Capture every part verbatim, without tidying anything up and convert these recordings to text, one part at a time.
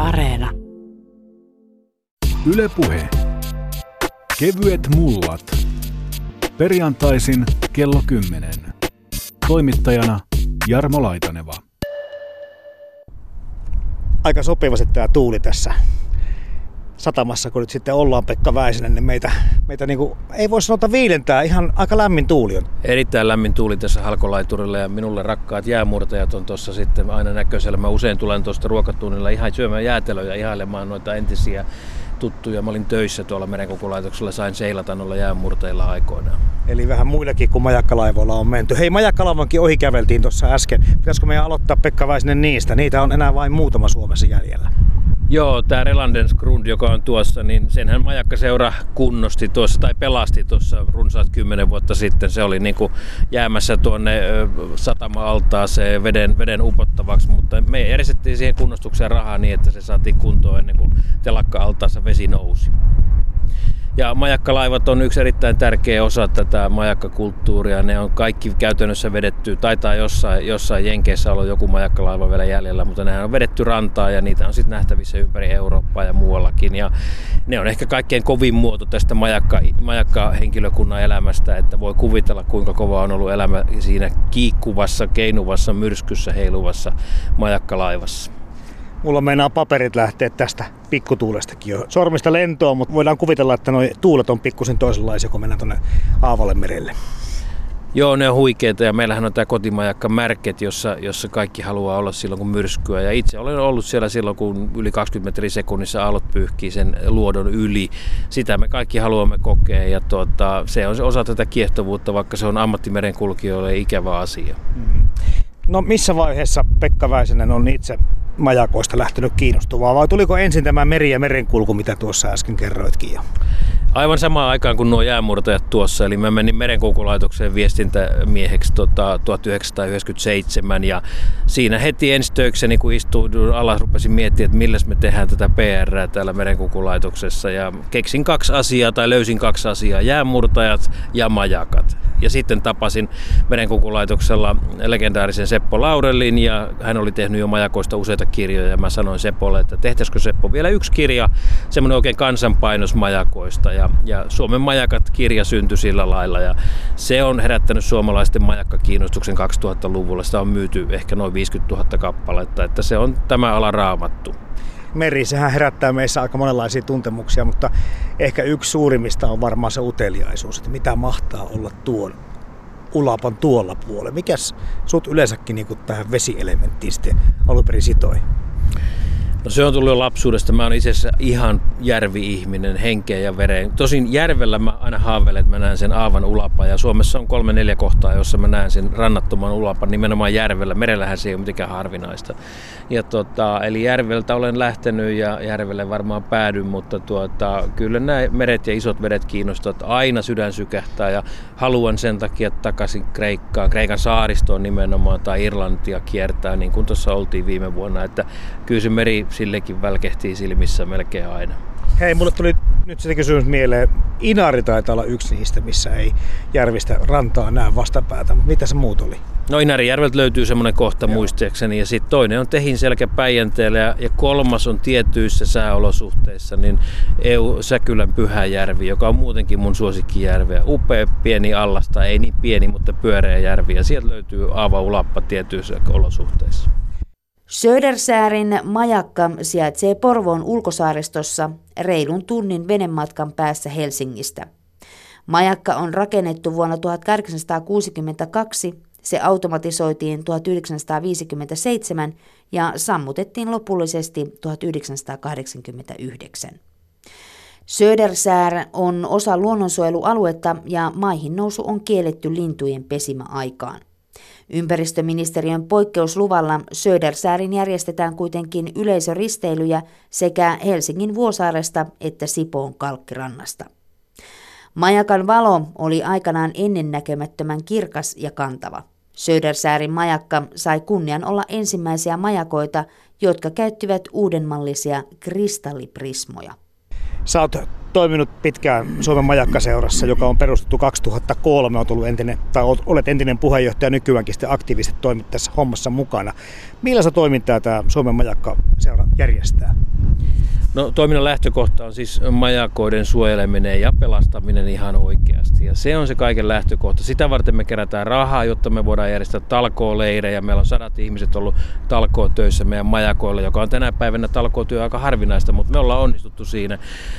Areena. Yle Puhe. Kevyet mullat. Perjantaisin kello kymmenen. Toimittajana Jarmo Laitaneva. Aika sopivasti tämä tuuli tässä satamassa, kun nyt sitten ollaan, Pekka Väisänen, niin meitä, meitä niin kuin, ei voi sanota viilentää, ihan aika lämmin tuuli on. Erittäin lämmin tuuli tässä halkolaiturilla ja minulle rakkaat jäämurtajat on tuossa sitten aina näköisellä. Mä usein tulen tuosta ruokatunnilla ihan syömään jäätelöjä, ihailemaan noita entisiä tuttuja. Mä olin töissä tuolla Merenkulkulaitoksella, sain seilata noilla jäämurtajilla aikoinaan. Eli vähän muillakin kuin majakkalaivoilla on menty. Hei, majakkalaivankin ohi käveltiin tuossa äsken. Pitäisikö meidän aloittaa, Pekka Väisänen, niistä? Niitä on enää vain muutama Suomessa jäljellä. Joo, tämä Relandens Grund, joka on tuossa, niin senhän majakkaseura kunnosti tuossa tai pelasti tuossa runsaat kymmenen vuotta sitten. Se oli niin kuin jäämässä tuonne satama-altaaseen veden, veden upottavaksi, mutta me järjestettiin siihen kunnostukseen rahaa niin, että se saatiin kuntoon ennen kuin telakka-altaassa vesi nousi. Ja majakkalaivat on yksi erittäin tärkeä osa tätä majakkakulttuuria. Ne on kaikki käytännössä vedetty, taitaa jossain, jossain Jenkeissä olla joku majakkalaiva vielä jäljellä, mutta nehän on vedetty rantaan ja niitä on sitten nähtävissä ympäri Eurooppaa ja muuallakin. Ja ne on ehkä kaikkein kovin muoto tästä majakka, majakkahenkilökunnan elämästä, että voi kuvitella kuinka kova on ollut elämä siinä kiikkuvassa, keinuvassa, myrskyssä heiluvassa majakkalaivassa. Mulla meinaa paperit lähteä tästä pikkutuulestakin jo sormista lentoon, mutta voidaan kuvitella, että nuo tuulet on pikkusen toisenlaisia, kun mennään tuonne Aavalle merelle. Joo, ne on huikeita ja meillähän on tämä kotimajakka Märket, jossa, jossa kaikki haluaa olla silloin kun myrskyä. Ja itse olen ollut siellä silloin, kun yli kaksikymmentä metriä sekunnissa aallot pyyhkii sen luodon yli. Sitä me kaikki haluamme kokea ja tuota, se on se osa tätä kiehtovuutta, vaikka se on ammattimerenkulkijoille ikävä asia. Mm. No missä vaiheessa Pekka Väisänen on itse majakoista lähtenyt kiinnostumaan, vai tuliko ensin tämä meri- ja merenkulku, mitä tuossa äsken kerroitkin jo? Aivan samaan aikaan kuin nuo jäämurtajat tuossa, eli mä menin Merenkulkulaitokseen viestintämieheksi tota, tuhatyhdeksänsataayhdeksänkymmentäseitsemän ja siinä heti ensi töikseni, kun istuin alas, rupesin miettimään, että milläs me tehdään tätä P R:ää täällä Merenkulkulaitoksessa ja keksin kaksi asiaa tai löysin kaksi asiaa, jäämurtajat ja majakat. Ja sitten tapasin Merenkulkulaitoksella legendaarisen Seppo Laurellin ja hän oli tehnyt jo majakoista useita kirjoja ja mä sanoin Sepolle, että tehtäisikö Seppo vielä yksi kirja, semmoinen oikein kansanpainos majakoista ja, ja Suomen majakat-kirja syntyi sillä lailla ja se on herättänyt suomalaisten majakkakiinnostuksen kaksituhattaluvulla. Sitä on myyty ehkä noin viisikymmentätuhatta kappaletta, että se on tämä ala raamattu. Meri, sehän herättää meissä aika monenlaisia tuntemuksia, mutta ehkä yksi suurimmista on varmaan se uteliaisuus, että mitä mahtaa olla tuon ulapan tuolla puolella. Mikäs sut yleensäkin niin tähän vesielementtiin sitten alun perin sitoi? No se on tullut jo lapsuudesta. Mä oon itse asiassa ihan järvi-ihminen henkeen ja vereen. Tosin järvellä mä aina haaveilen, että mä näen sen aavan ulapan. Ja Suomessa on kolme neljä kohtaa, jossa mä näen sen rannattoman ulapan nimenomaan järvellä. Merellähän se ei ole mitenkään harvinaista. Ja tota, eli järveltä olen lähtenyt ja järvelle varmaan päädyn, mutta tuota, kyllä nämä meret ja isot vedet kiinnostavat. Aina sydän sykähtää ja haluan sen takia takaisin Kreikkaan, Kreikan saaristoon nimenomaan tai Irlantia kiertää, niin kuin tuossa oltiin viime vuonna. Että kyllä se meri sillekin välkehtii silmissä melkein aina. Hei, mulle tuli nyt se kysymys mieleen. Inari taitaa olla yksi niistä, missä ei järvistä rantaa näe vastapäätä. Mitä se muut oli? No Inarijärveltä löytyy semmoinen kohta Joo. muistaakseni ja sitten toinen on Tehinselkä Päijänteellä ja, ja kolmas on tietyissä sääolosuhteissa niin E U-Säkylän Pyhäjärvi, joka on muutenkin mun suosikkijärveä. Upea pieni allasta, ei niin pieni, mutta pyöreä järvi ja sieltä löytyy aava ulappa tietyissä olosuhteissa. Södersäärin majakka sijaitsee Porvoon ulkosaaristossa reilun tunnin venematkan päässä Helsingistä. Majakka on rakennettu vuonna tuhatkahdeksansataakuusikymmentäkaksi, se automatisoitiin tuhatyhdeksänsataaviisikymmentäseitsemän ja sammutettiin lopullisesti tuhatyhdeksänsataakahdeksankymmentäyhdeksän. Södersäär on osa luonnonsuojelualuetta ja maihin nousu on kielletty lintujen pesimäaikaan. Ympäristöministeriön poikkeusluvalla Södersäärin järjestetään kuitenkin yleisöristeilyjä sekä Helsingin Vuosaaresta että Sipoon Kalkkirannasta. Majakan valo oli aikanaan ennennäkemättömän kirkas ja kantava. Södersäärin majakka sai kunnian olla ensimmäisiä majakoita, jotka käyttivät uudenmallisia kristalliprismoja. Sä oot toiminut pitkään Suomen majakkaseurassa, joka on perustettu kaksituhattakolme. Olet, ollut entinen, tai olet entinen puheenjohtaja, nykyäänkin sitten aktiivisesti toimit tässä hommassa mukana. Millaista toimintaa tämä Suomen majakkaseura järjestää? No, toiminnan lähtökohta on siis majakoiden suojeleminen ja pelastaminen ihan oikeasti. Ja se on se kaiken lähtökohta. Sitä varten me kerätään rahaa, jotta me voidaan järjestää talkooleirejä. Meillä on sadat ihmiset ollut talkootöissä meidän majakoilla, joka on tänä päivänä talkootyö aika harvinaista, mutta me ollaan onnistuttu siinä.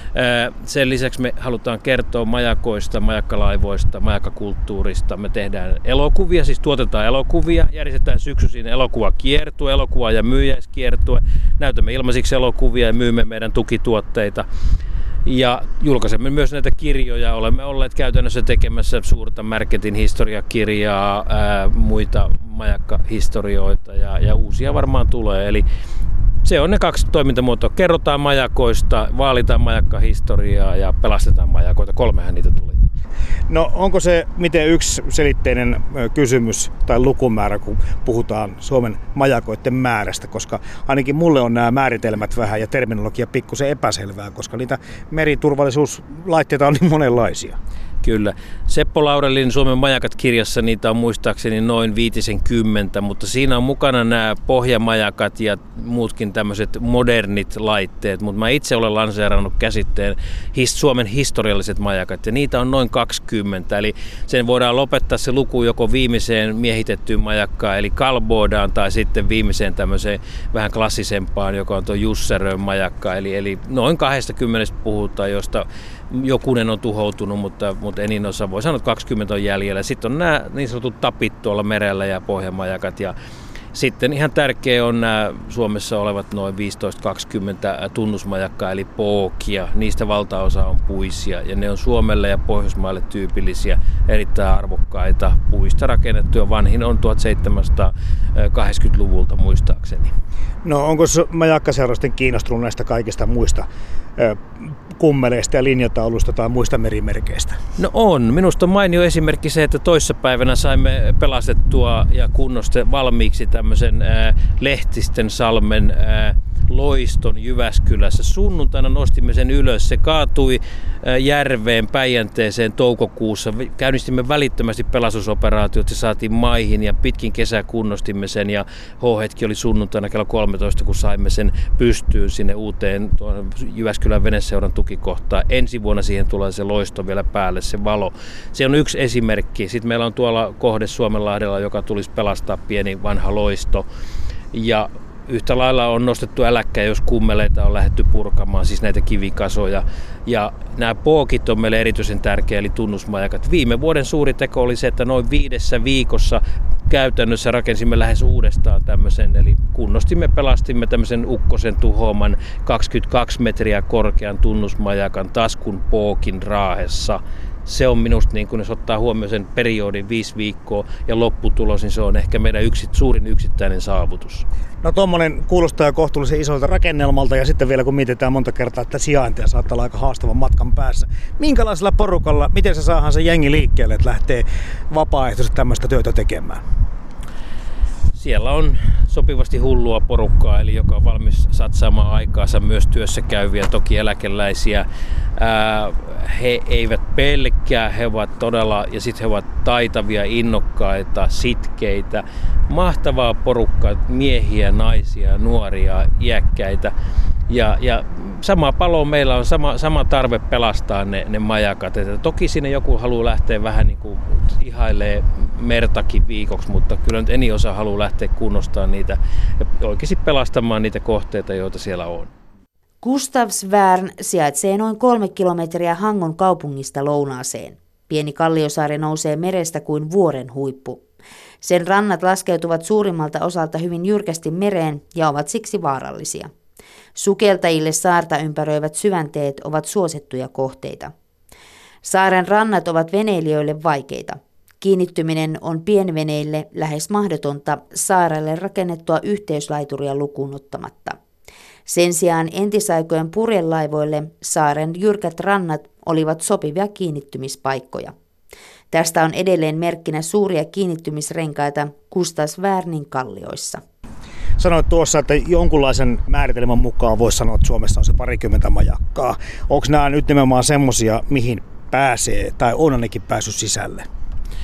Sen lisäksi me halutaan kertoa majakoista, majakkalaivoista, majakkakulttuurista. Me tehdään elokuvia, siis tuotetaan elokuvia, järjestetään syksyisin elokuvakiertue, elokuva- ja myyjäiskiertue. Näytämme ilmaisiksi elokuvia ja myymme meidän tukituotteita. Ja julkaisemme myös näitä kirjoja. Olemme olleet käytännössä tekemässä suurta Märketin historiakirjaa, ää, muita majakkahistorioita ja, ja uusia varmaan tulee. Eli se on ne kaksi toimintamuotoa. Kerrotaan majakoista, vaalitaan majakkahistoriaa ja pelastetaan majakoita. Kolmehan niitä tuli. No onko se miten yksiselitteinen kysymys tai lukumäärä, kun puhutaan Suomen majakoiden määrästä, koska ainakin mulle on nämä määritelmät vähän ja terminologia pikkusen epäselvää, koska niitä meriturvallisuuslaitteita on niin monenlaisia. Kyllä. Seppo Laurelin Suomen majakat-kirjassa niitä on muistaakseni noin viitisenkymmentä, mutta siinä on mukana nämä pohjamajakat ja muutkin tämmöiset modernit laitteet, mutta mä itse olen lanseerannut käsitteen Suomen historialliset majakat ja niitä on noin kaksikymmentä, eli sen voidaan lopettaa se luku joko viimeiseen miehitettyyn majakkaan eli Kalboodaan tai sitten viimeiseen tämmöiseen vähän klassisempaan, joka on tuo Jusserön majakka, eli, eli noin kaksikymmentä puhutaan, josta jokunen on tuhoutunut, mutta, mutta enin osa voi sanoa, että kaksikymmentä on jäljellä. Sitten on nämä niin sanotut tapit tuolla merellä ja pohjamajakat. Ja sitten ihan tärkeä on nämä Suomessa olevat noin viisitoista kaksikymmentä tunnusmajakkaa eli pookia. Niistä valtaosa on puisia ja ne on Suomelle ja Pohjoismaille tyypillisiä, erittäin arvokkaita puista rakennettuja. Vanhin on tuhatseitsemänsataakahdeksankymmentäluvulta muistaakseni. No onko majakkaseurasten kiinnostunut näistä kaikista muista kummeleista ja linjatauluista tai muista merimerkeistä? No on. Minusta on mainio esimerkki se, että toissapäivänä saimme pelastettua ja kunnoste valmiiksi tämmöisen ää, Lehtisten salmen ää, loiston Jyväskylässä. Sunnuntaina nostimme sen ylös. Se kaatui ää, järveen Päijänteeseen toukokuussa. Käynnistimme välittömästi pelastusoperaatiot, se saatiin maihin ja pitkin kesää kunnostimme sen ja H-hetki oli sunnuntaina kello kolmetoista, kun saimme sen pystyyn sinne uuteen Jyväskylän veneseuran tukikohtaan. Ensi vuonna siihen tulee se loisto vielä päälle, se valo. Se on yksi esimerkki. Sitten meillä on tuolla kohde Suomenlahdella, joka tulisi pelastaa pieni vanha loisto. Ja yhtä lailla on nostettu äläkkä, jos kummeleita on lähdetty purkamaan, siis näitä kivikasoja. Ja nämä pookit on meille erityisen tärkeä, eli tunnusmajakat. Viime vuoden suuri teko oli se, että noin viidessä viikossa käytännössä rakensimme lähes uudestaan tämmöisen, eli kunnostimme, pelastimme tämmöisen ukkosen tuhoaman kaksikymmentäkaksi metriä korkean tunnusmajakan Taskun pookin Raahessa. Se on minusta, niin kun jos ottaa huomioon sen periodin viisi viikkoa ja lopputulos, niin se on ehkä meidän yksi, suurin yksittäinen saavutus. No tuommoinen kuulostaa kohtuullisen isolta rakennelmalta ja sitten vielä kun mietitään monta kertaa, että sijaintia saattaa olla aika haastavan matkan päässä. Minkälaisella porukalla, miten se saadaan se jengi liikkeelle, että lähtee vapaaehtoisesti tämmöistä työtä tekemään? Siellä on sopivasti hullua porukkaa, eli joka on valmis satsaamaan aikaansa, myös työssä käyviä, toki eläkeläisiä. Ää, he eivät pelkkää, he ovat todella, ja sitten he ovat taitavia, innokkaita, sitkeitä. Mahtavaa porukkaa, miehiä, naisia, nuoria, iäkkäitä. Ja, ja sama palo meillä on, sama, sama tarve pelastaa ne, ne majakat. Että toki sinne joku haluaa lähteä vähän niin kuin ihailee mertakin viikoksi, mutta kyllä nyt eni osa haluaa lähteä kunnostamaan niitä ja oikeasti pelastamaan niitä kohteita, joita siellä on. Gustavsvärn sijaitsee noin kolme kilometriä Hangon kaupungista lounaaseen. Pieni kalliosaari nousee merestä kuin vuoren huippu. Sen rannat laskeutuvat suurimmalta osalta hyvin jyrkästi mereen ja ovat siksi vaarallisia. Sukeltajille saarta ympäröivät syvänteet ovat suosittuja kohteita. Saaren rannat ovat veneilijöille vaikeita. Kiinnittyminen on pienveneille lähes mahdotonta saarelle rakennettua yhteyslaituria lukuun ottamatta. Sen sijaan entisaikojen purjelaivoille saaren jyrkät rannat olivat sopivia kiinnittymispaikkoja. Tästä on edelleen merkkinä suuria kiinnittymisrenkaita Gustavsvärnin kallioissa. Sanoit tuossa, että jonkunlaisen määritelmän mukaan voisi sanoa, että Suomessa on se parikymmentä majakkaa. Onko nämä nyt nimenomaan semmoisia, mihin pääsee tai on ainakin päässyt sisälle?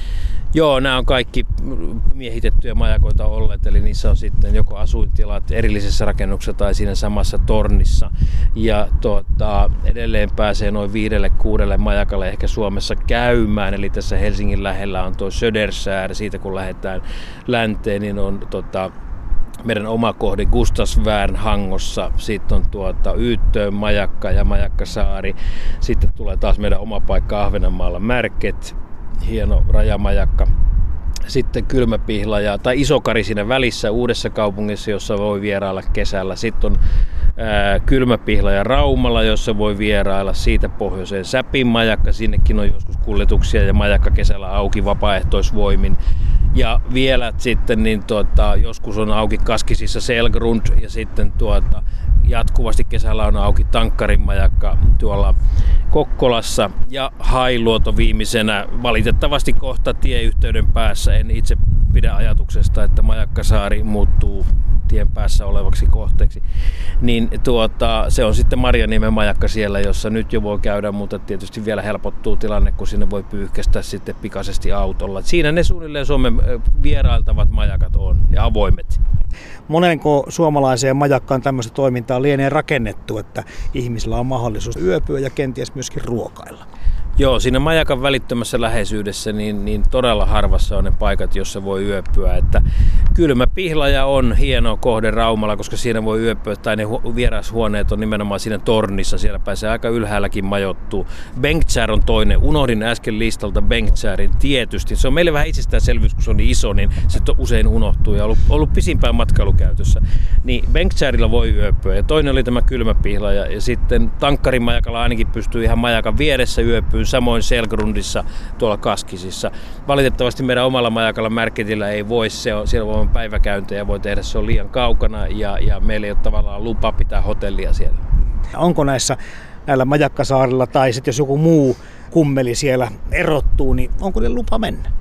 Joo, nämä on kaikki miehitettyjä majakoita olleet, eli niissä on sitten joko asuintilat erillisessä rakennuksessa tai siinä samassa tornissa. Ja tuota, edelleen pääsee noin viidelle kuudelle majakalle ehkä Suomessa käymään, eli tässä Helsingin lähellä on tuo Söderskär, siitä kun lähdetään länteen, niin on tota, meidän oma kohde Gustavsvärn Hangossa, sitten on tuota Yyttöön majakka ja Majakkasaari, sitten tulee taas meidän oma paikka Ahvenanmaalla Märket, hieno rajamajakka. Sitten Kylmäpihlaja tai Isokari siinä välissä Uudessa Kaupungissa, jossa voi vierailla kesällä. Sitten on ää, Kylmäpihlaja Raumalla, jossa voi vierailla siitä pohjoiseen Säpin majakka. Sinnekin on joskus kuljetuksia ja majakka kesällä auki vapaaehtoisvoimin. Ja vielä sitten niin tuota, joskus on auki Kaskisissa Selgrund ja sitten tuota, jatkuvasti kesällä on auki Tankkarin majakka tuolla Kokkolassa ja Hailuoto viimeisenä. Valitettavasti kohta tieyhteyden päässä. En itse pidä ajatuksesta, että Majakkasaari muuttuu tien päässä olevaksi kohteeksi. Niin tuota, se on sitten Marjaniemen majakka siellä, jossa nyt jo voi käydä, mutta tietysti vielä helpottuu tilanne, kun sinne voi pyyhkästä sitten pikaisesti autolla. Siinä ne suunnilleen Suomen vierailtavat majakat on ja avoimet. Monenko suomalaiseen majakkaan tämmöistä toimintaa lienee rakennettu, että ihmisillä on mahdollisuus yöpyä ja kenties myöskin ruokailla? Joo, siinä majakan välittömässä läheisyydessä niin, niin todella harvassa on ne paikat, jossa voi yöpyä. Että Kylmäpihlaja on hieno kohde Raumalla, koska siinä voi yöpyä, tai ne vierashuoneet on nimenomaan siinä tornissa, siellä pääsee aika ylhäälläkin majoittua. Bengtsär on toinen, unohdin äsken listalta Bengtsärin tietysti. Se on meille vähän itsestäänselvyys, kun se on niin iso, niin se usein unohtuu ja on ollut, ollut pisimpään matkailukäytössä. Niin Bengtsärillä voi yöpyä, ja toinen oli tämä Kylmäpihlaja, ja sitten Tankkarin majakalla ainakin pystyy ihan majakan vieressä yöpyyn, samoin Selgrundissa tuolla Kaskisissa. Valitettavasti meidän omalla majakalla Märketillä ei voi, se on, siellä voi päiväkäyntejä voi tehdä, se on liian kaukana ja, ja meillä ei ole tavallaan lupa pitää hotellia siellä. Onko näissä näillä Majakkasaarilla tai sitten jos joku muu kummeli siellä erottuu, niin onko niillä lupa mennä?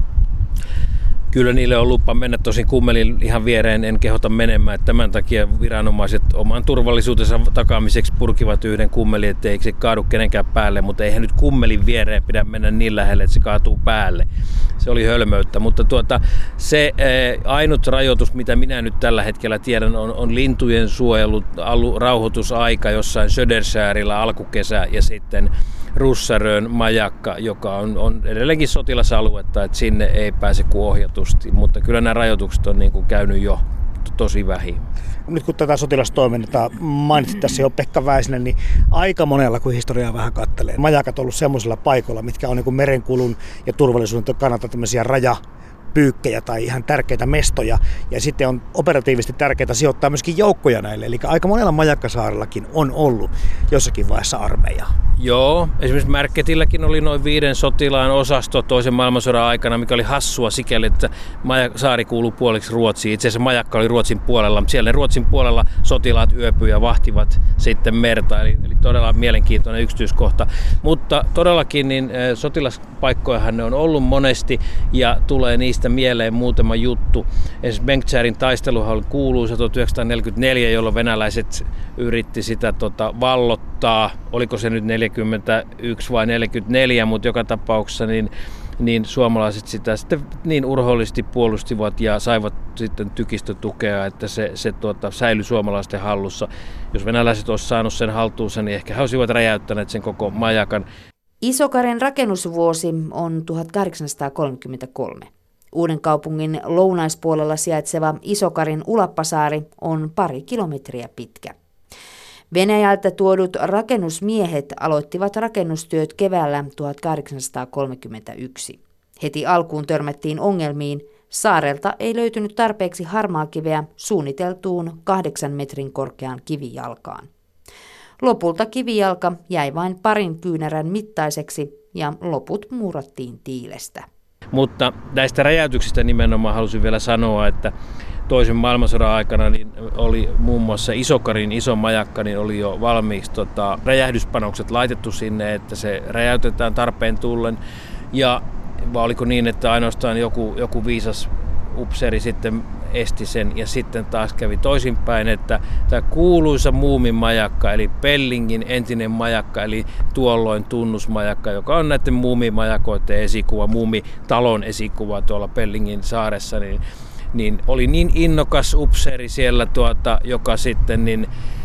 Kyllä niille on lupa mennä, tosin kummelin ihan viereen en kehota menemään, että tämän takia viranomaiset oman turvallisuutensa takaamiseksi purkivat yhden kummelin, ettei se kaadu kenenkään päälle, mutta eihän nyt kummelin viereen pidä mennä niin lähelle, että se kaatuu päälle. Se oli hölmöyttä, mutta tuota, se ää, ainut rajoitus, mitä minä nyt tällä hetkellä tiedän, on, on lintujen suojelu, alu, rauhoitusaika jossain Söderskärillä alkukesä ja sitten Russarön majakka, joka on, on edelleenkin sotilasaluetta, että sinne ei pääse kuin ohjatusti, mutta kyllä nämä rajoitukset on niin kuin käynyt jo tosi vähin. Nyt kun tätä sotilastoimintaa mainitsit tässä jo Pekka Väisänen, niin aika monella, kun historiaa vähän katselee, majakat on ollut semmoisilla paikoilla, mitkä on niin kuin merenkulun ja turvallisuuden kannalta tämmöisiä raja pyykkejä tai ihan tärkeitä mestoja, ja sitten on operatiivisesti tärkeää sijoittaa myöskin joukkoja näille, eli aika monella Majakkasaarellakin on ollut jossakin vaiheessa armeijaa. Joo, esimerkiksi Märketilläkin oli noin viiden sotilaan osasto toisen maailmansodan aikana, mikä oli hassua sikäli, että saari kuuluu puoliksi Ruotsiin. Itse asiassa majakka oli Ruotsin puolella, mutta siellä ne Ruotsin puolella sotilaat yöpyivät ja vahtivat sitten merta, eli, eli todella mielenkiintoinen yksityiskohta. Mutta todellakin niin sotilaspaikkojahan ne on ollut monesti ja tulee niistä mieleen muutama juttu. Esimerkiksi Bengtsärin taisteluhan oli kuuluisa tuhatyhdeksänsataaneljäkymmentäneljä, jolloin venäläiset yritti sitä tota, vallottaa. Oliko se nyt neljäkymmentäyksi vai neljäkymmentäneljä, mutta joka tapauksessa niin, niin suomalaiset sitä sitten niin urhoollisesti puolustivat ja saivat sitten tykistötukea, että se, se tuota, säilyi suomalaisten hallussa. Jos venäläiset olisivat saaneet sen haltuunsa, niin ehkä he olisivat räjäyttäneet sen koko majakan. Isokaren rakennusvuosi on tuhatkahdeksansataakolmekymmentäkolme. Uudenkaupungin lounaispuolella sijaitseva Isokarin Ulappasaari on pari kilometriä pitkä. Venäjältä tuodut rakennusmiehet aloittivat rakennustyöt keväällä tuhatkahdeksansataakolmekymmentäyksi. Heti alkuun törmättiin ongelmiin. Saarelta ei löytynyt tarpeeksi harmaakiveä suunniteltuun kahdeksan metrin korkeaan kivijalkaan. Lopulta kivijalka jäi vain parin kyynärän mittaiseksi ja loput muurattiin tiilestä. Mutta näistä räjäytyksistä nimenomaan halusin vielä sanoa, että toisen maailmansodan aikana niin oli muun muassa Isokarin iso majakka, niin oli jo valmiiksi tota, räjähdyspanokset laitettu sinne, että se räjäytetään tarpeen tullen. Ja vai oliko niin, että ainoastaan joku, joku viisas upseeri sitten esti sen ja sitten taas kävi toisinpäin, että tämä kuuluisa muumimajakka eli Pellingin entinen majakka eli tuolloin tunnusmajakka, joka on näiden muumimajakoiden esikuva, muumitalon esikuva tuolla Pellingin saaressa, niin, niin oli niin innokas upseeri siellä, tuota, joka sitten niin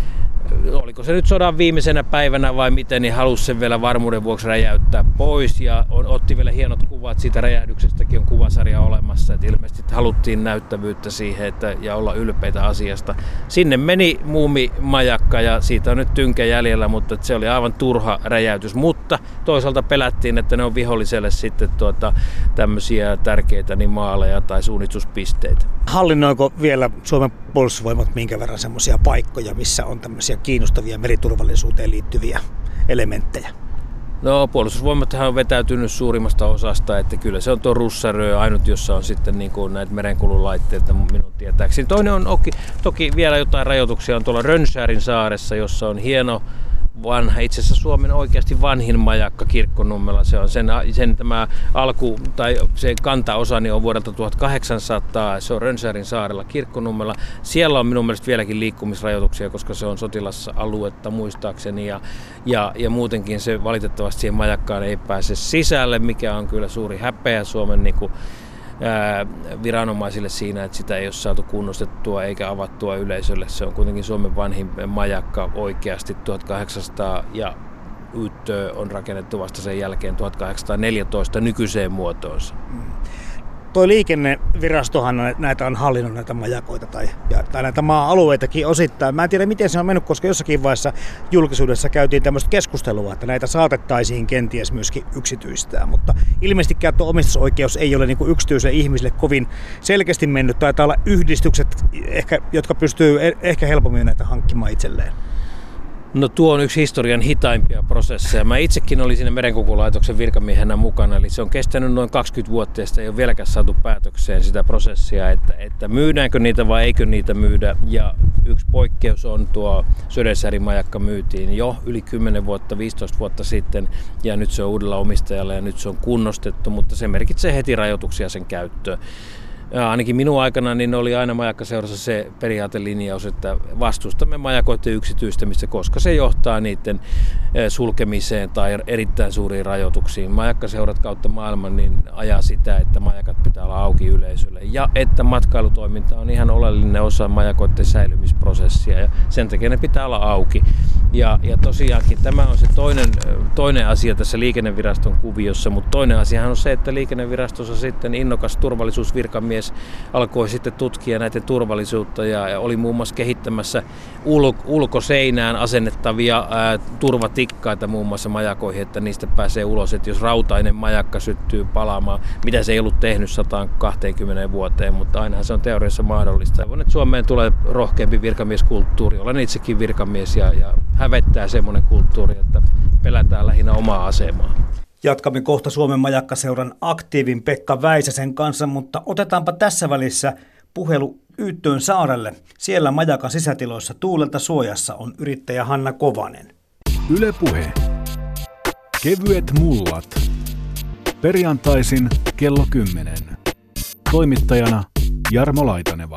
oliko se nyt sodan viimeisenä päivänä vai miten, niin halusi sen vielä varmuuden vuoksi räjäyttää pois ja on, otti vielä hienot kuvat siitä räjähdyksestäkin, on kuvasarja olemassa, että ilmeisesti haluttiin näyttävyyttä siihen että, ja olla ylpeitä asiasta. Sinne meni muumimajakka ja siitä on nyt tynkä jäljellä, mutta se oli aivan turha räjäytys, mutta toisaalta pelättiin, että ne on viholliselle sitten tuota, tämmöisiä tärkeitä niin maaleja tai suunnituspisteitä. Hallinnoiko vielä Suomen puolustusvoimat minkä verran semmoisia paikkoja, missä on tämmöisiä kiinnostavia meriturvallisuuteen liittyviä elementtejä? No puolustusvoimathan on vetäytynyt suurimmasta osasta, että kyllä se on tuo Russarö ainut, jossa on sitten niin kuin näitä merenkululaitteita minun tietääkseni. Toinen on toki, toki vielä jotain rajoituksia on tuolla Rönnskärin saaressa, jossa on hieno vanha, itse asiassa Suomen oikeasti vanhin majakka Kirkkonummella. Se on sen, sen tämä alku, tai se kantaosa niin on vuodelta tuhatkahdeksansataa, se on Rönnskärin saarella Kirkkonummella. Siellä on minun mielestä vieläkin liikkumisrajoituksia, koska se on sotilasaluetta muistaakseni, ja, ja, ja muutenkin se valitettavasti siihen majakkaan ei pääse sisälle, mikä on kyllä suuri häpeä Suomen niin kuin viranomaisille siinä, että sitä ei ole saatu kunnostettua eikä avattua yleisölle. Se on kuitenkin Suomen vanhin majakka oikeasti tuhatkahdeksansataa ja Yttö on rakennettu vasta sen jälkeen tuhatkahdeksansataaneljätoista nykyiseen muotoonsa. Mm. Tuo liikennevirastohan näitä on hallinnut näitä majakoita tai, ja, tai näitä maa-alueitakin osittain. Mä en tiedä miten se on mennyt, koska jossakin vaiheessa julkisuudessa käytiin tämmöistä keskustelua, että näitä saatettaisiin kenties myöskin yksityistää, mutta ilmeisestikään tuo omistusoikeus ei ole niin kuin yksityiselle ihmisille kovin selkeästi mennyt. Taitaa olla yhdistykset, ehkä, jotka pystyy ehkä helpommin näitä hankkimaan itselleen. No tuo on yksi historian hitaimpia prosesseja. Mä itsekin olin siinä Merenkulkulaitoksen virkamiehenä mukana, eli se on kestänyt noin kaksikymmentä vuotta ja sitä ei ole vieläkään saatu päätökseen sitä prosessia, että, että myydäänkö niitä vai eikö niitä myydä. Ja yksi poikkeus on tuo Södersärin majakka myytiin jo yli kymmenen vuotta, viisitoista vuotta sitten ja nyt se on uudella omistajalla ja nyt se on kunnostettu, mutta se merkitsee heti rajoituksia sen käyttöön. Ja ainakin minun aikana niin oli aina majakkaseurassa se periaatelinjaus, että vastustamme majakoiden yksityistämistä, koska se johtaa niiden sulkemiseen tai erittäin suuriin rajoituksiin. Majakkaseurat kautta maailman niin ajaa sitä, että majakat pitää olla auki yleisölle ja että matkailutoiminta on ihan oleellinen osa majakoiden säilymisprosessia ja sen takia ne pitää olla auki. Ja, ja tosiaankin tämä on se toinen, toinen asia tässä liikenneviraston kuviossa, mutta toinen asiahan on se, että liikennevirastossa sitten innokas turvallisuusvirkamies alkoi sitten tutkia näiden turvallisuutta ja, ja oli muun muassa kehittämässä ul, ulkoseinään asennettavia ää, turvatikkaita muun muassa majakoihin, että niistä pääsee ulos, että jos rautainen majakka syttyy palaamaan, mitä se ei ollut tehnyt sata kaksikymmentä vuoteen, mutta ainahan se on teoriassa mahdollista. Toivon, että Suomeen tulee rohkeampi virkamieskulttuuri, olen itsekin virkamies ja, ja hävettää semmoinen kulttuuri, että pelätään lähinnä omaa asemaa. Jatkamme kohta Suomen majakkaseuran aktiivin Pekka Väisäsen kanssa, mutta otetaanpa tässä välissä puhelu Yyttöön saarelle. Siellä majakan sisätiloissa tuulelta suojassa on yrittäjä Hanna Kovanen. Yle Puhe. Kevyet mullat. Perjantaisin kello kymmenen. Toimittajana Jarmo Laitaneva.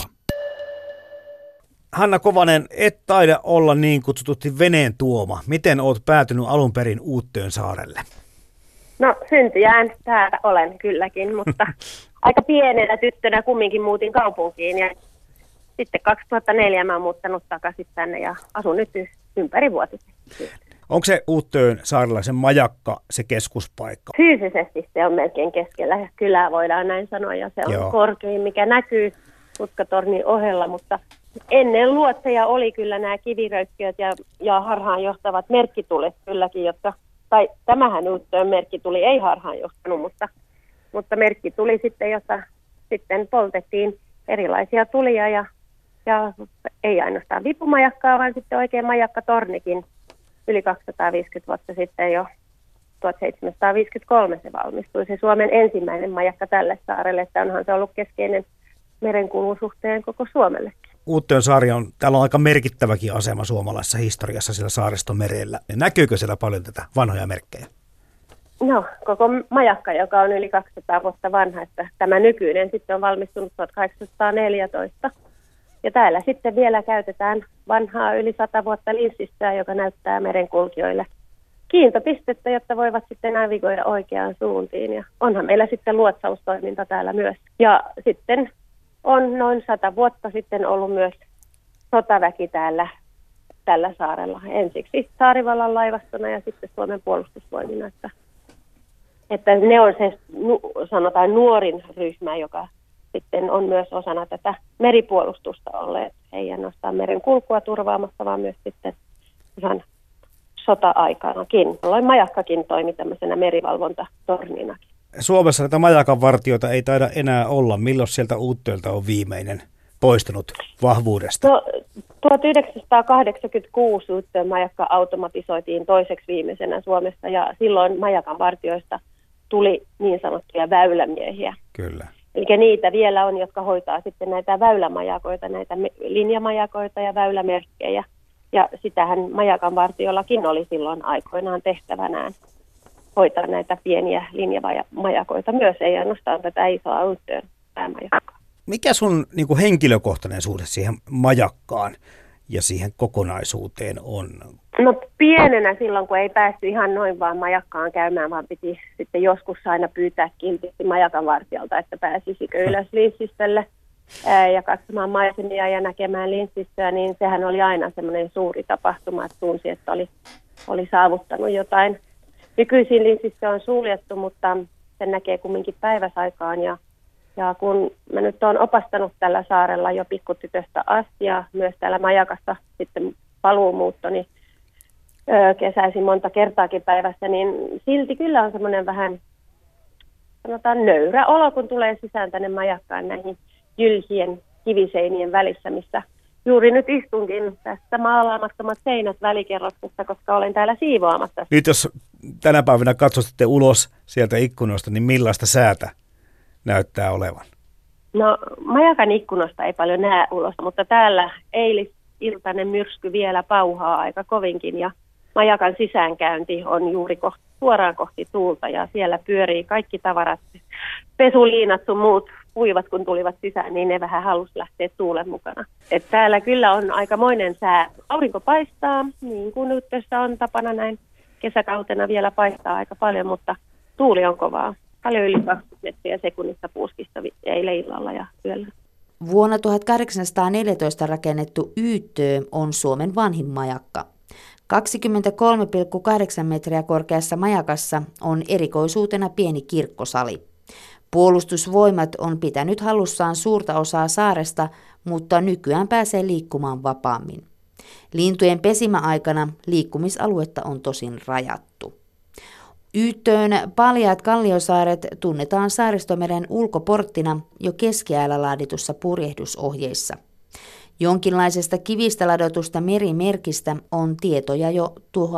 Hanna Kovanen, et taida olla niin kutsutusti veneen tuoma. Miten olet päätynyt alun perin Uuttöön saarelle? No syntyjään täällä olen kylläkin, mutta aika pienenä tyttönä kumminkin muutin kaupunkiin ja sitten kaksituhattaneljä mä oon muuttanut takaisin tänne ja asun nyt ympärivuotisesti. Onko se Uuttöön saarella se majakka, se keskuspaikka? Fyysisesti se on melkein keskellä kylää, voidaan näin sanoa, ja se on Joo. korkein, mikä näkyy Tutkatornin ohella, mutta ennen luotseja oli kyllä nämä kiviröykkiöt ja, ja harhaan johtavat merkkitulet kylläkin, jotka, tai tämähän Uuttöön merkkituli ei harhaan johtanut, mutta, mutta merkki tuli sitten, jossa sitten poltettiin erilaisia tulia ja, ja ei ainoastaan vipumajakkaa, vaan sitten oikein majakkatornikin yli kaksisataaviisikymmentä vuotta sitten jo tuhatseitsemänsataaviisikymmentäkolme se valmistui. Se Suomen ensimmäinen majakka tälle saarelle, että onhan se ollut keskeinen merenkulun suhteen koko Suomellekin. Uuttöön saari on, täällä on aika merkittäväkin asema suomalaisessa historiassa sillä saaristomerellä. Näkyykö siellä paljon tätä vanhoja merkkejä? No, koko majakka, joka on yli kaksisataa vuotta vanha, että tämä nykyinen sitten on valmistunut tuhatkahdeksansataaneljätoista. Ja täällä sitten vielä käytetään vanhaa yli sata vuotta linssistöä, joka näyttää merenkulkijoille kiintopistettä, jotta voivat sitten navigoida oikeaan suuntiin. Ja onhan meillä sitten luotsaustoiminta täällä myös. Ja sitten on noin sata vuotta sitten ollut myös sotaväki täällä, tällä saarella. Ensiksi Saarivallan laivastona ja sitten Suomen puolustusvoimina. Että, että ne on se, sanotaan, nuorin ryhmä, joka sitten on myös osana tätä meripuolustusta olleet. Ei ainoastaan meren kulkua turvaamassa, vaan myös sitten ihan sota-aikanakin. Jolloin majakkakin toimi tämmöisenä merivalvontatorninakin. Suomessa näitä majakan vartijoita ei taida enää olla. Milloin sieltä Uuttööltä on viimeinen poistunut vahvuudesta? No, tuhatyhdeksänsataakahdeksankymmentäkuusi Uuttöön majakka automatisoitiin toiseksi viimeisenä Suomessa ja silloin majakan vartijoista tuli niin sanottuja väylämiehiä. Kyllä. Eli niitä vielä on, jotka hoitaa sitten näitä väylämajakoita, näitä linjamajakoita ja väylämerkkejä. Ja sitähän majakan vartijollakin oli silloin aikoinaan tehtävänään hoitaa näitä pieniä linjamajakoita myös, ei ainoastaan tätä isoa Uuttöön päämajakkaa. Mikä sun niin kuin henkilökohtainen suhde siihen majakkaan ja siihen kokonaisuuteen on? No pienenä silloin, kun ei päästy ihan noin vaan majakkaan käymään, vaan piti sitten joskus aina pyytää kiltisti majakan vartijalta, että pääsisikö ylös linssistölle ja katsomaan maisemia ja näkemään linssistöä, niin sehän oli aina semmoinen suuri tapahtuma, että tunsi, että oli, oli saavuttanut jotain. Nykyisin linssistö on suljettu, mutta sen näkee kumminkin päiväsaikaan ja Ja kun mä nyt olen opastanut tällä saarella jo pikkutytöstä asti ja myös täällä majakassa sitten paluumuutto, niin öö, kesäisin monta kertaakin päivässä, niin silti kyllä on semmoinen vähän, sanotaan nöyrä olo, kun tulee sisään tänne majakkaan näihin jylhien kiviseinien välissä, missä juuri nyt istunkin tässä maalaamattomat seinät välikerroksessa, koska olen täällä siivoamassa. Nyt jos tänä päivänä katsotte ulos sieltä ikkunoista, niin millaista säätä näyttää olevan? No majakan ikkunasta ei paljon näe ulos, mutta täällä eilisiltainen myrsky vielä pauhaa aika kovinkin ja majakan sisäänkäynti on juuri kohti, suoraan kohti tuulta ja siellä pyörii kaikki tavarat, pesuliinat sun muut puivat kun tulivat sisään, niin ne vähän halusi lähteä tuulen mukana. Et täällä kyllä on aikamoinen sää. Aurinko paistaa, niin kuin nyt tässä on tapana näin kesäkautena vielä paistaa aika paljon, mutta tuuli on kovaa. Paljon yli kaksikymmentä metriä sekunnissa puuskista eilen illalla ja yöllä. Vuonna tuhatkahdeksansataaneljätoista rakennettu Yyttö on Suomen vanhin majakka. kaksikymmentäkolme pilkku kahdeksan metriä korkeassa majakassa on erikoisuutena pieni kirkkosali. Puolustusvoimat on pitänyt hallussaan suurta osaa saaresta, mutta nykyään pääsee liikkumaan vapaammin. Lintujen pesimäaikana liikkumisaluetta on tosin rajattu. Yyttöön paljaat kalliosaaret tunnetaan Saaristomeren ulkoporttina jo keskiajalla laaditussa purjehdusohjeissa. Jonkinlaisesta kivistä ladotusta merimerkistä on tietoja jo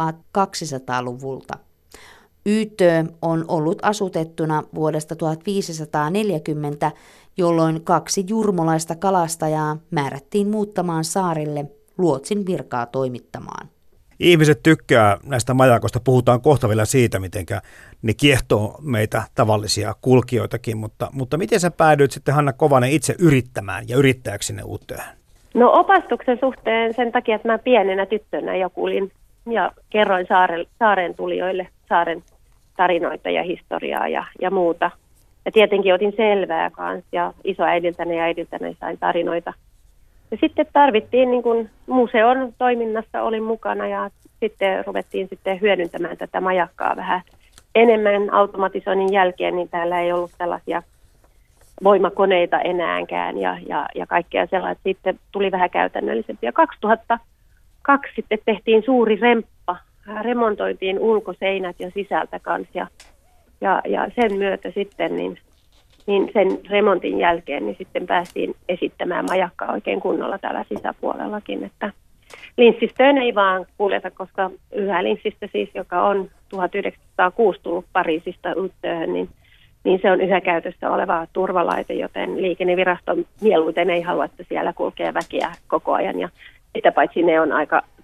tuhatkaksisataaluvulta. Yyttö on ollut asutettuna vuodesta tuhatviisisataaneljäkymmentä, jolloin kaksi jurmolaista kalastajaa määrättiin muuttamaan saarille luotsin virkaa toimittamaan. Ihmiset tykkää näistä majakoista, puhutaan kohta vielä siitä, miten ne kiehtoo meitä tavallisia kulkijoitakin, mutta, mutta miten sä päädyit sitten Hanna Kovanen itse yrittämään ja yrittäjäksi sinne Uuttöön? No opastuksen suhteen sen takia, että mä pienenä tyttönä jo kuulin ja kerroin saaren, saaren tulijoille saaren tarinoita ja historiaa ja, ja muuta. Ja tietenkin otin selvää kanssa ja isoäidiltäni ja äidiltäni sain tarinoita. Ja sitten tarvittiin, niin kuin museon toiminnassa olin mukana ja sitten ruvettiin sitten hyödyntämään tätä majakkaa vähän enemmän automatisoinnin jälkeen, niin täällä ei ollut tällaisia voimakoneita enääkään ja, ja, ja kaikkea sellaista. Sitten tuli vähän käytännöllisempiä. kaksituhattakaksi sitten tehtiin suuri remppa, remontoitiin ulkoseinät ja sisältä kanssa ja, ja, ja sen myötä sitten niin niin sen remontin jälkeen niin sitten päästiin esittämään majakkaa oikein kunnolla täällä sisäpuolellakin. Että linssistöön ei vaan kuljeta, koska yhä linssistö siis, joka on tuhatyhdeksänsataakuusi tullut Pariisista Uuttöön, niin, niin se on yhä käytössä oleva turvalaite, joten liikennevirasto mieluiten ei halua, että siellä kulkee väkiä koko ajan. Ja sitä paitsi ne on aika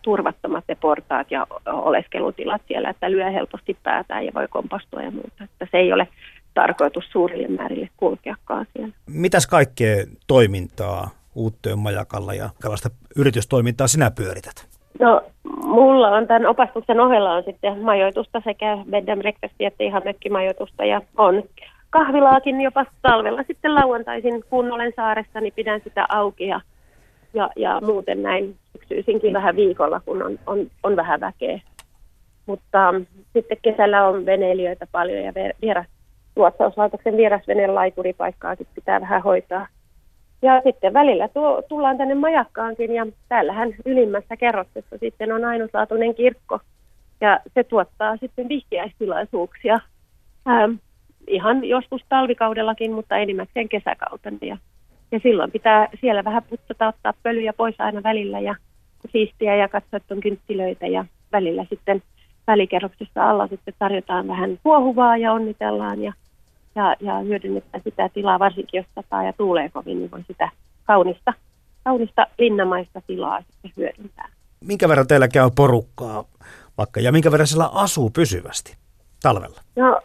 turvattomat ne portaat ja oleskelutilat siellä, että lyö helposti päätään ja voi kompastua ja muuta. Että se ei ole tarkoitus suurille määrille kulkeakaan siellä. Mitäs kaikkea toimintaa Uuttöön majakalla ja tällaista yritystoimintaa sinä pyörität? No, mulla on tämän opastuksen ohella on sitten majoitusta sekä bed and breakfastia että ihan mökkimajoitusta ja on kahvilaakin jopa talvella sitten lauantaisin, kun olen saaressa, niin pidän sitä auki ja, ja, ja muuten näin syksyisinkin vähän viikolla, kun on, on, on vähän väkeä. Mutta um, sitten kesällä on veneilijöitä paljon ja vieras, luotsauslaitoksen vierasveneen laituripaikkaa pitää vähän hoitaa. Ja sitten välillä tuo, tullaan tänne majakkaankin ja täällähän ylimmässä kerroksessa sitten on ainutlaatuinen kirkko ja se tuottaa sitten vihkiäistilaisuuksia. Ähm, ihan joskus talvikaudellakin, mutta enimmäkseen kesäkautena. Ja, ja silloin pitää siellä vähän putsata, ottaa pölyjä pois aina välillä ja siistiä ja katsoa, että on kynttilöitä. Ja välillä sitten välikerroksessa alla sitten tarjotaan vähän kuohuvaa ja onnitellaan ja, ja, ja hyödynnetään sitä tilaa, varsinkin jos sataa ja tuulee kovin, niin voi sitä kaunista, kaunista linnamaista tilaa sitten hyödyntää. Minkä verran teillä käy porukkaa vaikka ja minkä verran siellä asuu pysyvästi talvella? No,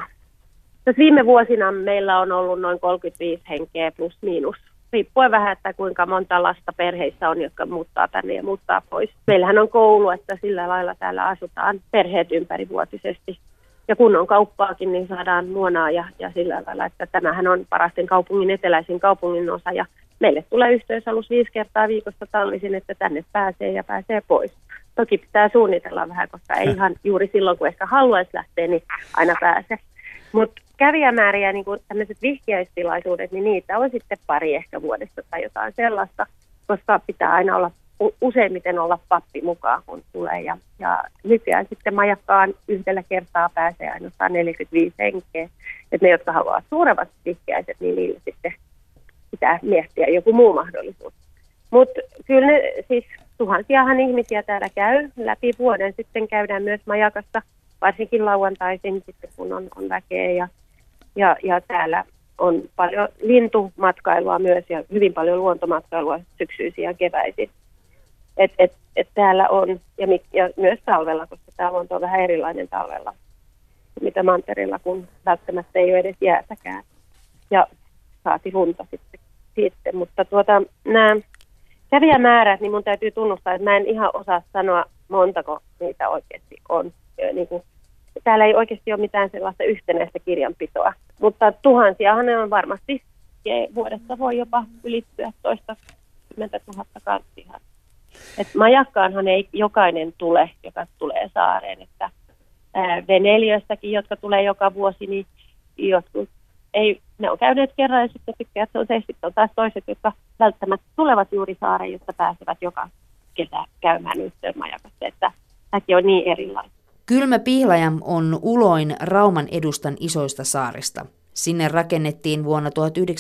Tässä viime vuosina meillä on ollut noin kolmekymmentäviisi henkeä plus miinus, riippuen vähän, että kuinka monta lasta perheissä on, jotka muuttaa tänne ja muuttaa pois. Meillähän on koulu, että sillä lailla täällä asutaan perheet ympärivuotisesti. Ja kun on kauppaakin, niin saadaan muonaa ja, ja sillä lailla, että tämähän on Parasten kaupungin eteläisin kaupungin osa. Ja meille tulee yhteysalus viisi kertaa viikossa talvisin, että tänne pääsee ja pääsee pois. Toki pitää suunnitella vähän, koska ei ihan juuri silloin, kun ehkä haluaisi lähteä, niin aina pääse. Mutta kävijämääriä, niin kuin tämmöiset vihkiäistilaisuudet, niin niitä on sitten pari ehkä vuodessa tai jotain sellaista, koska pitää aina olla, useimmiten olla pappi mukaan, kun tulee. Ja, ja nykyään sitten majakkaan yhdellä kertaa pääsee ainoastaan neljäkymmentäviisi henkeä. Että ne, jotka haluavat suuremmat vihkiäiset, niin niille sitten pitää miettiä joku muu mahdollisuus. Mutta kyllä ne, siis tuhansiahan ihmisiä täällä käy. Läpi vuoden sitten käydään myös majakassa, varsinkin lauantaisin sitten, kun on, on väkeä. Ja, ja, ja täällä on paljon lintumatkailua myös ja hyvin paljon luontomatkailua syksyisin ja keväisin. Et, et, et täällä on, ja, mi, ja myös talvella, koska tämä luonto on vähän erilainen talvella, mitä mantereella, kun välttämättä ei ole edes jäätäkään. Ja saati lunta sitten. sitten. Mutta tuota, nämä kävijämäärät, niin mun täytyy tunnustaa, että mä en ihan osaa sanoa, montako niitä oikeasti on. Niin kuin, täällä ei oikeasti ole mitään sellaista yhtenäistä kirjanpitoa, mutta tuhansiahan ne on varmasti. Vuodessa voi jopa ylittyä toista kymmentä tuhatta kanssa. Et majakkaanhan ei jokainen tule, joka tulee saareen. Että ää, veneilijöistäkin, jotka tulee joka vuosi, niin jotkut ei, ne on käyneet kerran ja sitten tykkää, että se on se, sitten on taas toiset, jotka välttämättä tulevat juuri saareen, jotta pääsevät joka kesä käymään yhteen majakassa. Että tämäkin on niin erilainen. Kylmä-Pihlaja on uloin Rauman edustan isoista saarista. Sinne rakennettiin vuonna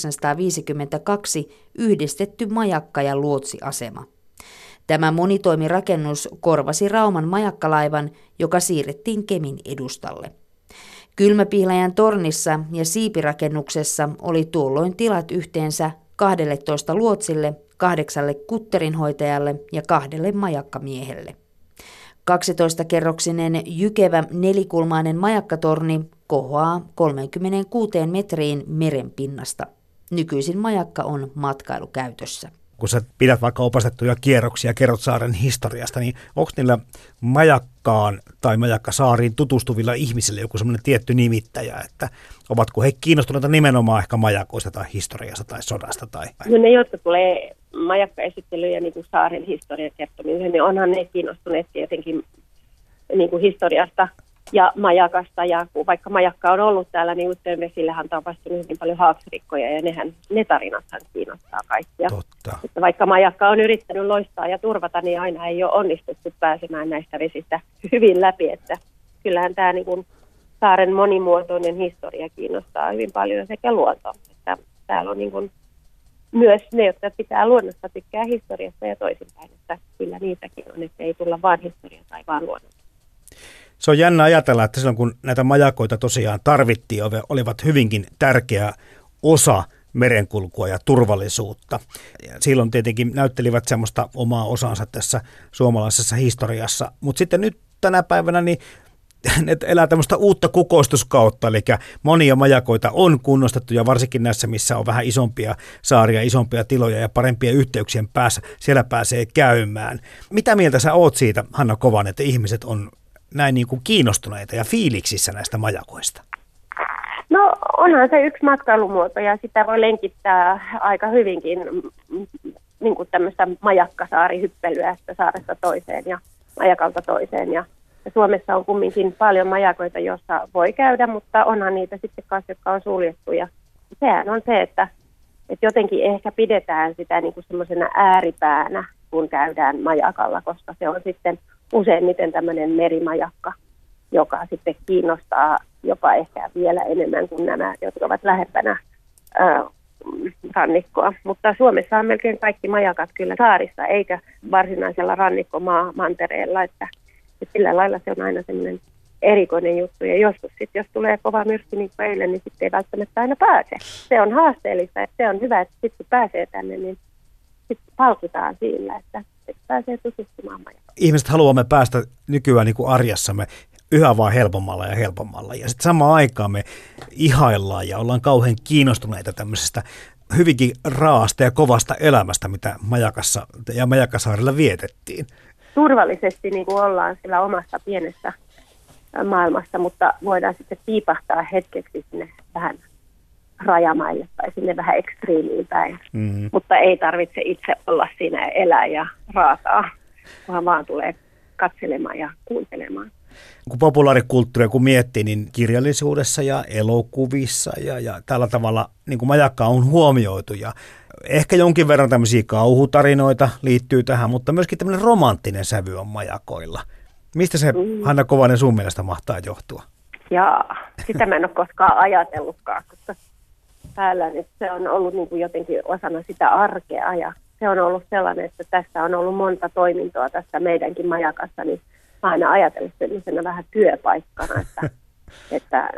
tuhatyhdeksänsataaviisikymmentäkaksi yhdistetty majakka- ja luotsiasema. Tämä monitoimirakennus korvasi Rauman majakkalaivan, joka siirrettiin Kemin edustalle. Kylmä-Pihlajan tornissa ja siipirakennuksessa oli tuolloin tilat yhteensä kahdelletoista luotsille, kahdeksalle kutterinhoitajalle ja kahdelle majakkamiehelle. kaksitoistakerroksinen jykevä nelikulmainen majakkatorni kohoaa kolmekymmentäkuusi metriin merenpinnasta. Nykyisin majakka on matkailukäytössä. Kun sä pidät vaikka opastettuja kierroksia, kerrot saaren historiasta, niin onko niillä majakkaan tai majakkasaariin tutustuvilla ihmisillä joku semmoinen tietty nimittäjä, että ovatko he kiinnostuneita nimenomaan ehkä majakoista tai historiasta tai sodasta? Tai... No ne, jotka tulee majakkaesittelyjä niin kuin saaren historian kertomiseen, niin onhan ne kiinnostuneet tietenkin niin kuin historiasta ja majakasta. Ja kun vaikka majakka on ollut täällä, niin Uuttöön vesillähän on tapahtunut hyvin paljon haaksirikkoja ja nehän, ne tarinathan kiinnostaa kaikkia. Totta. Että vaikka majakka on yrittänyt loistaa ja turvata, niin aina ei ole onnistuttu pääsemään näistä vesistä hyvin läpi. Että kyllähän tämä niin kuin saaren monimuotoinen historia kiinnostaa hyvin paljon sekä luonto. Että täällä on niin kuin myös ne, jotka pitää luonnosta, tykkää historiasta ja toisinpäin. Että kyllä niitäkin on, että ei tulla vaan historia tai vaan luonnosta. Se on jännä ajatella, että silloin kun näitä majakoita tosiaan tarvittiin, olivat hyvinkin tärkeä osa merenkulkua ja turvallisuutta. Ja silloin tietenkin näyttelivät semmoista omaa osansa tässä suomalaisessa historiassa, mutta sitten nyt tänä päivänä niin ne elää tämmöistä uutta kukoistuskautta, eli monia majakoita on kunnostettu ja varsinkin näissä, missä on vähän isompia saaria, isompia tiloja ja parempia yhteyksien päässä, siellä pääsee käymään. Mitä mieltä sä oot siitä, Hanna Kovanen, että ihmiset on näin niin kuin kiinnostuneita ja fiiliksissä näistä majakoista? No onhan se yksi matkailumuoto ja sitä voi lenkittää aika hyvinkin niin kuin tämmöistä majakkasaarihyppelyä saaresta toiseen ja majakalta toiseen. Ja, ja Suomessa on kumminkin paljon majakoita, joissa voi käydä, mutta onhan niitä sitten kanssa, jotka on suljettu. Ja sehän on se, että, että jotenkin ehkä pidetään sitä niin kuin semmoisena ääripäänä, kun käydään majakalla, koska se on sitten useimmiten tämmöinen merimajakka, joka sitten kiinnostaa jopa ehkä vielä enemmän kuin nämä, jotka ovat lähempänä ää, rannikkoa. Mutta Suomessa on melkein kaikki majakat kyllä saarissa, eikä varsinaisella rannikkomaa-mantereella, että, että sillä lailla se on aina semmoinen erikoinen juttu. Ja joskus sitten, jos tulee kova myrsky niin kuin eilen, niin sitten ei välttämättä aina pääse. Se on haasteellista, että se on hyvä, että sitten kun pääsee tänne, niin sitten palkitaan sillä, että, että pääsee tutustumaan majakaan. Ihmiset haluamme päästä nykyään niin kuin arjessamme yhä vaan helpommalla ja helpommalla. Ja sitten samaan aikaan me ihaillaan ja ollaan kauhean kiinnostuneita tämmöisestä hyvinkin raasta ja kovasta elämästä, mitä majakassa ja Majakkasaarella vietettiin. Turvallisesti niin kuin ollaan sillä omassa pienessä maailmassa, mutta voidaan sitten piipahtaa hetkeksi sinne vähän rajamaille tai sinne vähän ekstriimiin päin. Mm-hmm. Mutta ei tarvitse itse olla siinä elää ja raataa, vaan vaan tulee katselemaan ja kuuntelemaan. Kun populaarikulttuuria kun miettii, niin kirjallisuudessa ja elokuvissa ja, ja tällä tavalla niin kuin majakka on huomioitu ja ehkä jonkin verran tämmöisiä kauhutarinoita liittyy tähän, mutta myöskin tämmöinen romanttinen sävy on majakoilla. Mistä se, mm. Hanna Kovanen, sun mielestä mahtaa johtua? Jaa, sitä mä en ole koskaan ajatellutkaan, koska päällä nyt se on ollut niin kuin jotenkin osana sitä arkea ja se on ollut sellainen, että tässä on ollut monta toimintoa tässä meidänkin majakassa, niin mä aina ajatellut sellaisena vähän työpaikkana, että, että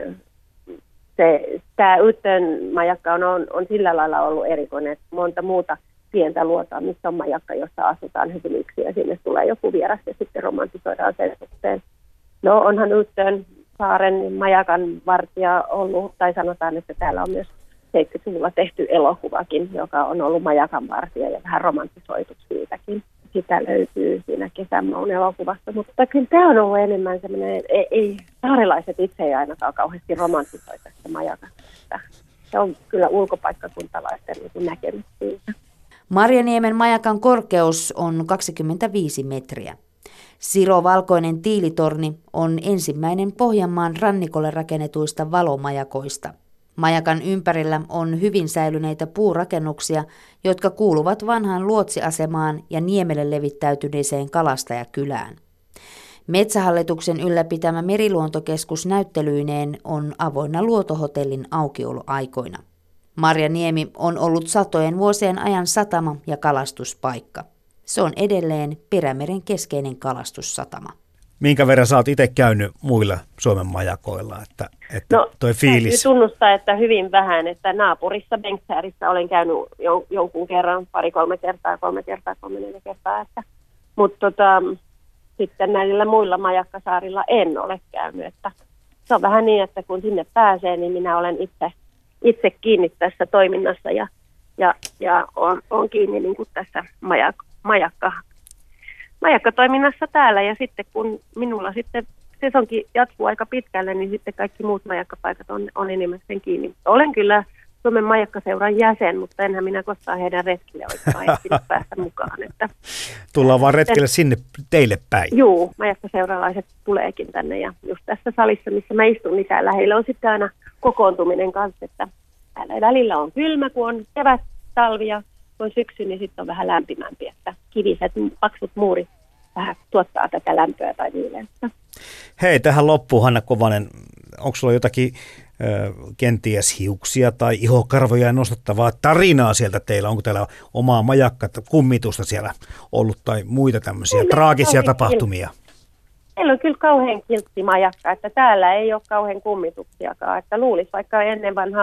se, tämä Uttön majakka on, on, on sillä lailla ollut erikoinen, että monta muuta pientä luotaa, missä on majakka, jossa asutaan hyvin yksin ja sinne tulee joku vieras ja sitten romantisoidaan sen suhteen. No onhan Uttön saaren majakan vartija ollut, tai sanotaan, että täällä on myös seitsemänkymmentäluvulla tehty elokuvakin, joka on ollut majakan vartija ja vähän romantisoitu siitäkin. Sitä löytyy siinä Kesämaun elokuvassa, mutta kyllä tämä on ollut enemmän semmoinen, ei, ei saarelaiset itse ei ainakaan kauheasti romantisoi tästä majakasta. Se on kyllä ulkopaikkakuntalaisten näkemys siitä. Marjaniemen majakan korkeus on kaksikymmentäviisi metriä. Siro-valkoinen tiilitorni on ensimmäinen Pohjanmaan rannikolle rakennetuista valomajakoista. Majakan ympärillä on hyvin säilyneitä puurakennuksia, jotka kuuluvat vanhaan luotsiasemaan ja niemelle levittäytyneeseen kalastajakylään. Metsähallituksen ylläpitämä meriluontokeskus näyttelyineen on avoinna Luotohotellin aukioloaikoina. Marjaniemi on ollut satojen vuosien ajan satama ja kalastuspaikka. Se on edelleen Perämeren keskeinen kalastussatama. Minkä verran sä oot itse käynyt muilla Suomen majakoilla, että, että no, toi fiilis? Täytyy tunnustaa, että hyvin vähän, että naapurissa Bengtsäärissä olen käynyt jon, jonkun kerran, pari-kolme kertaa, kolme kertaa, kolme neljä kertaa. Että, mutta tota, sitten näillä muilla majakkasaarilla en ole käynyt. Että se on vähän niin, että kun sinne pääsee, niin minä olen itse, itse kiinni tässä toiminnassa ja, ja, ja on, on kiinni niin kuin tässä majak, majakka. majakkatoiminnassa täällä ja sitten kun minulla sitten sesonkin jatkuu aika pitkälle, niin sitten kaikki muut majakkapaikat on, on enimmäkseen kiinni. Olen kyllä Suomen majakkaseuran jäsen, mutta enhän minä koskaan heidän retkille oikein ehtinyt päästä mukaan. Että tullaan vaan retkelle sinne teille päin. Juu, majakkaseuralaiset tuleekin tänne ja just tässä salissa, missä mä istun, niin täällä heillä on sitten aina kokoontuminen kanssa, että täällä välillä on kylmä, kun on kevät, talvi ja kun syksy, niin sitten on vähän lämpimämpi, että kiviset, paksut muurit vähän tuottaa tätä lämpöä tai viileästä. Hei, tähän loppuun, Hanna Kovanen, onko sulla jotakin ö, kenties hiuksia tai ihokarvoja nostettavaa tarinaa sieltä teillä? Onko teillä omaa majakka, kummitusta siellä ollut tai muita tämmöisiä traagisia tapahtumia? Kiltti. Meillä on kyllä kauhean kiltti majakka, että täällä ei ole kauhean kummituksiakaan, että luulisi vaikka ennen vanhaa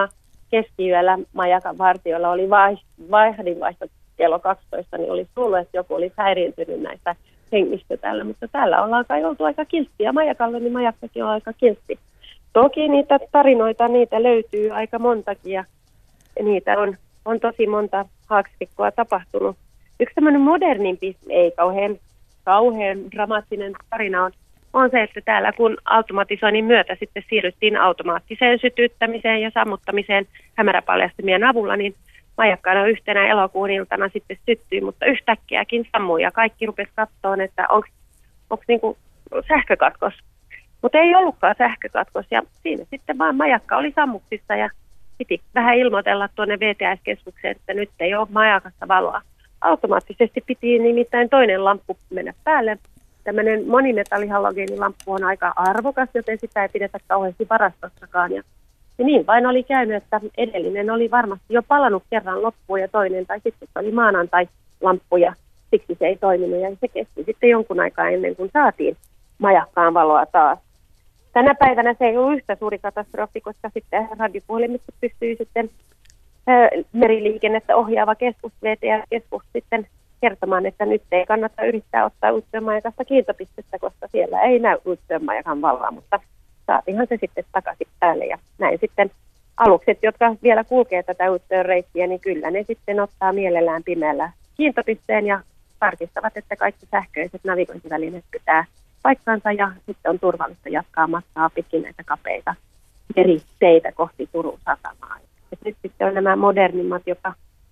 keskiyöllä majakan vartijoilla oli vaihdinvaihto kello kaksitoista, niin olisi tullut, että joku olisi häiriintynyt näistä hengistä täällä, mutta täällä ollaan kai oltu aika kiltti, ja majakalla niin majakkakin on aika kiltti. Toki niitä tarinoita, niitä löytyy aika montakin, ja niitä on, on tosi monta haaksirikkoa tapahtunut. Yksi tämmöinen modernimpi, ei kauhean, kauhean dramaattinen tarina on, on se, että täällä kun automatisoinnin myötä sitten siirryttiin automaattiseen sytyttämiseen ja sammuttamiseen hämäräpaljastimien avulla, niin majakkana yhtenä elokuun iltana sitten syttyi, mutta yhtäkkiäkin sammui ja kaikki rupesi katsomaan, että onko niinku sähkökatkos. Mutta ei ollutkaan sähkökatkos ja siinä sitten vaan majakka oli sammuksissa ja piti vähän ilmoitella tuonne V T S-keskukseen, että nyt ei ole majakassa valoa. Automaattisesti piti nimittäin toinen lamppu mennä päälle. Tämmöinen monimetallihalogeenilamppu on aika arvokas, joten sitä ei pidetä kauheasti varastossakaan. Ja, ja niin vain oli käynyt, että edellinen oli varmasti jo palannut kerran loppuun ja toinen, tai sitten se oli maanantai-lamppu ja siksi se ei toiminut. Ja se kesti sitten jonkun aikaa ennen kuin saatiin majakkaan valoa taas. Tänä päivänä se ei ollut yhtä suuri katastrofi, koska sitten radiopuhelimitse pystyy sitten ö, meriliikennettä ohjaava keskus, V T S-keskus sitten kertomaan, että nyt ei kannata yrittää ottaa Utsjoen-majakasta kiintopistettä, koska siellä ei näy Utsjoen-majakan valoa, mutta saatiinhan se sitten takaisin päälle. Ja näin sitten alukset, jotka vielä kulkee tätä Utsjoen-reittiä, niin kyllä ne sitten ottaa mielellään pimeällä kiintopisteen ja tarkistavat, että kaikki sähköiset navigointivälineet pitää paikkansa ja sitten on turvallista jatkaa matkaa pitkin näitä kapeita meriteitä kohti Turun satamaa. Ja nyt sitten on nämä modernimmat, jotka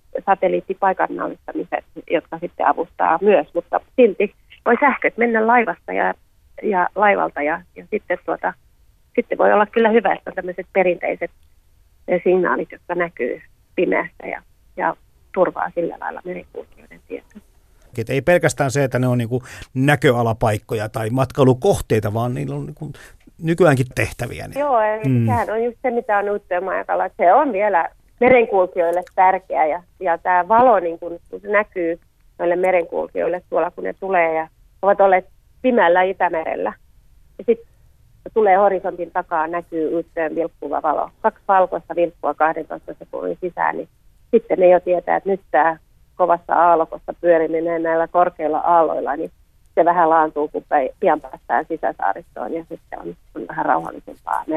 satelliittipaikannallistamiset, jotka sitten avustaa myös, mutta silti voi sähköt mennä laivasta ja, ja laivalta ja, ja sitten, tuota, sitten voi olla kyllä hyvä, että tämmöiset perinteiset signaalit, jotka näkyy pimeässä ja, ja turvaa sillä lailla merikulkijoiden tietoa. Et ei pelkästään se, että ne on niinku näköalapaikkoja tai matkailukohteita, vaan niillä on niinku nykyäänkin tehtäviä. Niin. Joo, eli mm. sehän on just se, mitä on Utsjoen-majakalla. Se on vielä merenkulkijoille tärkeä ja, ja tämä valo niin kun, kun se näkyy noille merenkulkijoille tuolla, kun ne tulee ja ovat olleet pimeällä Itämerellä. Ja sitten tulee horisontin takaa, näkyy Utsjoen vilkkuva valo. Kaksi valkoista vilkkua kahdentoista sekunnin sisään, niin sitten ne jo tietää, että nyt tämä kovassa aallokossa pyöriminen näillä korkeilla aalloilla, niin se vähän laantuu, kun pian päästään sisäsaaristoon ja sitten on, on vähän rauhallisempaa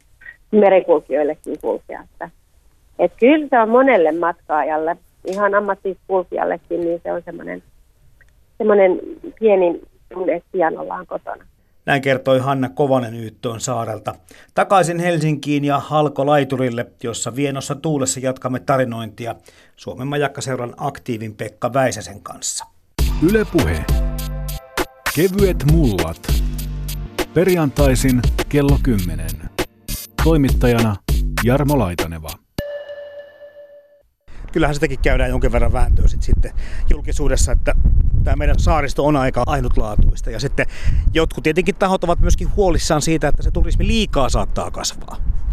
merenkulkijoillekin kulkea. Että, et kyllä se on monelle matkaajalle, ihan ammattikulkijallekin, niin se on semmoinen, semmoinen pieni tunne, että pian ollaan kotona. Näin kertoi Hanna Kovanen Yyttöön saarelta. Takaisin Helsinkiin ja Halkolaiturille, jossa vienossa tuulessa jatkamme tarinointia Suomen majakkaseuran aktiivin Pekka Väisäsen kanssa. Yle Puhe. Kevyet mullat. Perjantaisin kello kymmenen. Toimittajana Jarmo Laitaneva. Kyllähän sitäkin käydään jonkin verran vääntöä sit sitten julkisuudessa, että tämä meidän saaristo on aika ainutlaatuista. Ja sitten jotkut tietenkin tahot ovat myöskin huolissaan siitä, että se turismi liikaa saattaa kasvaa.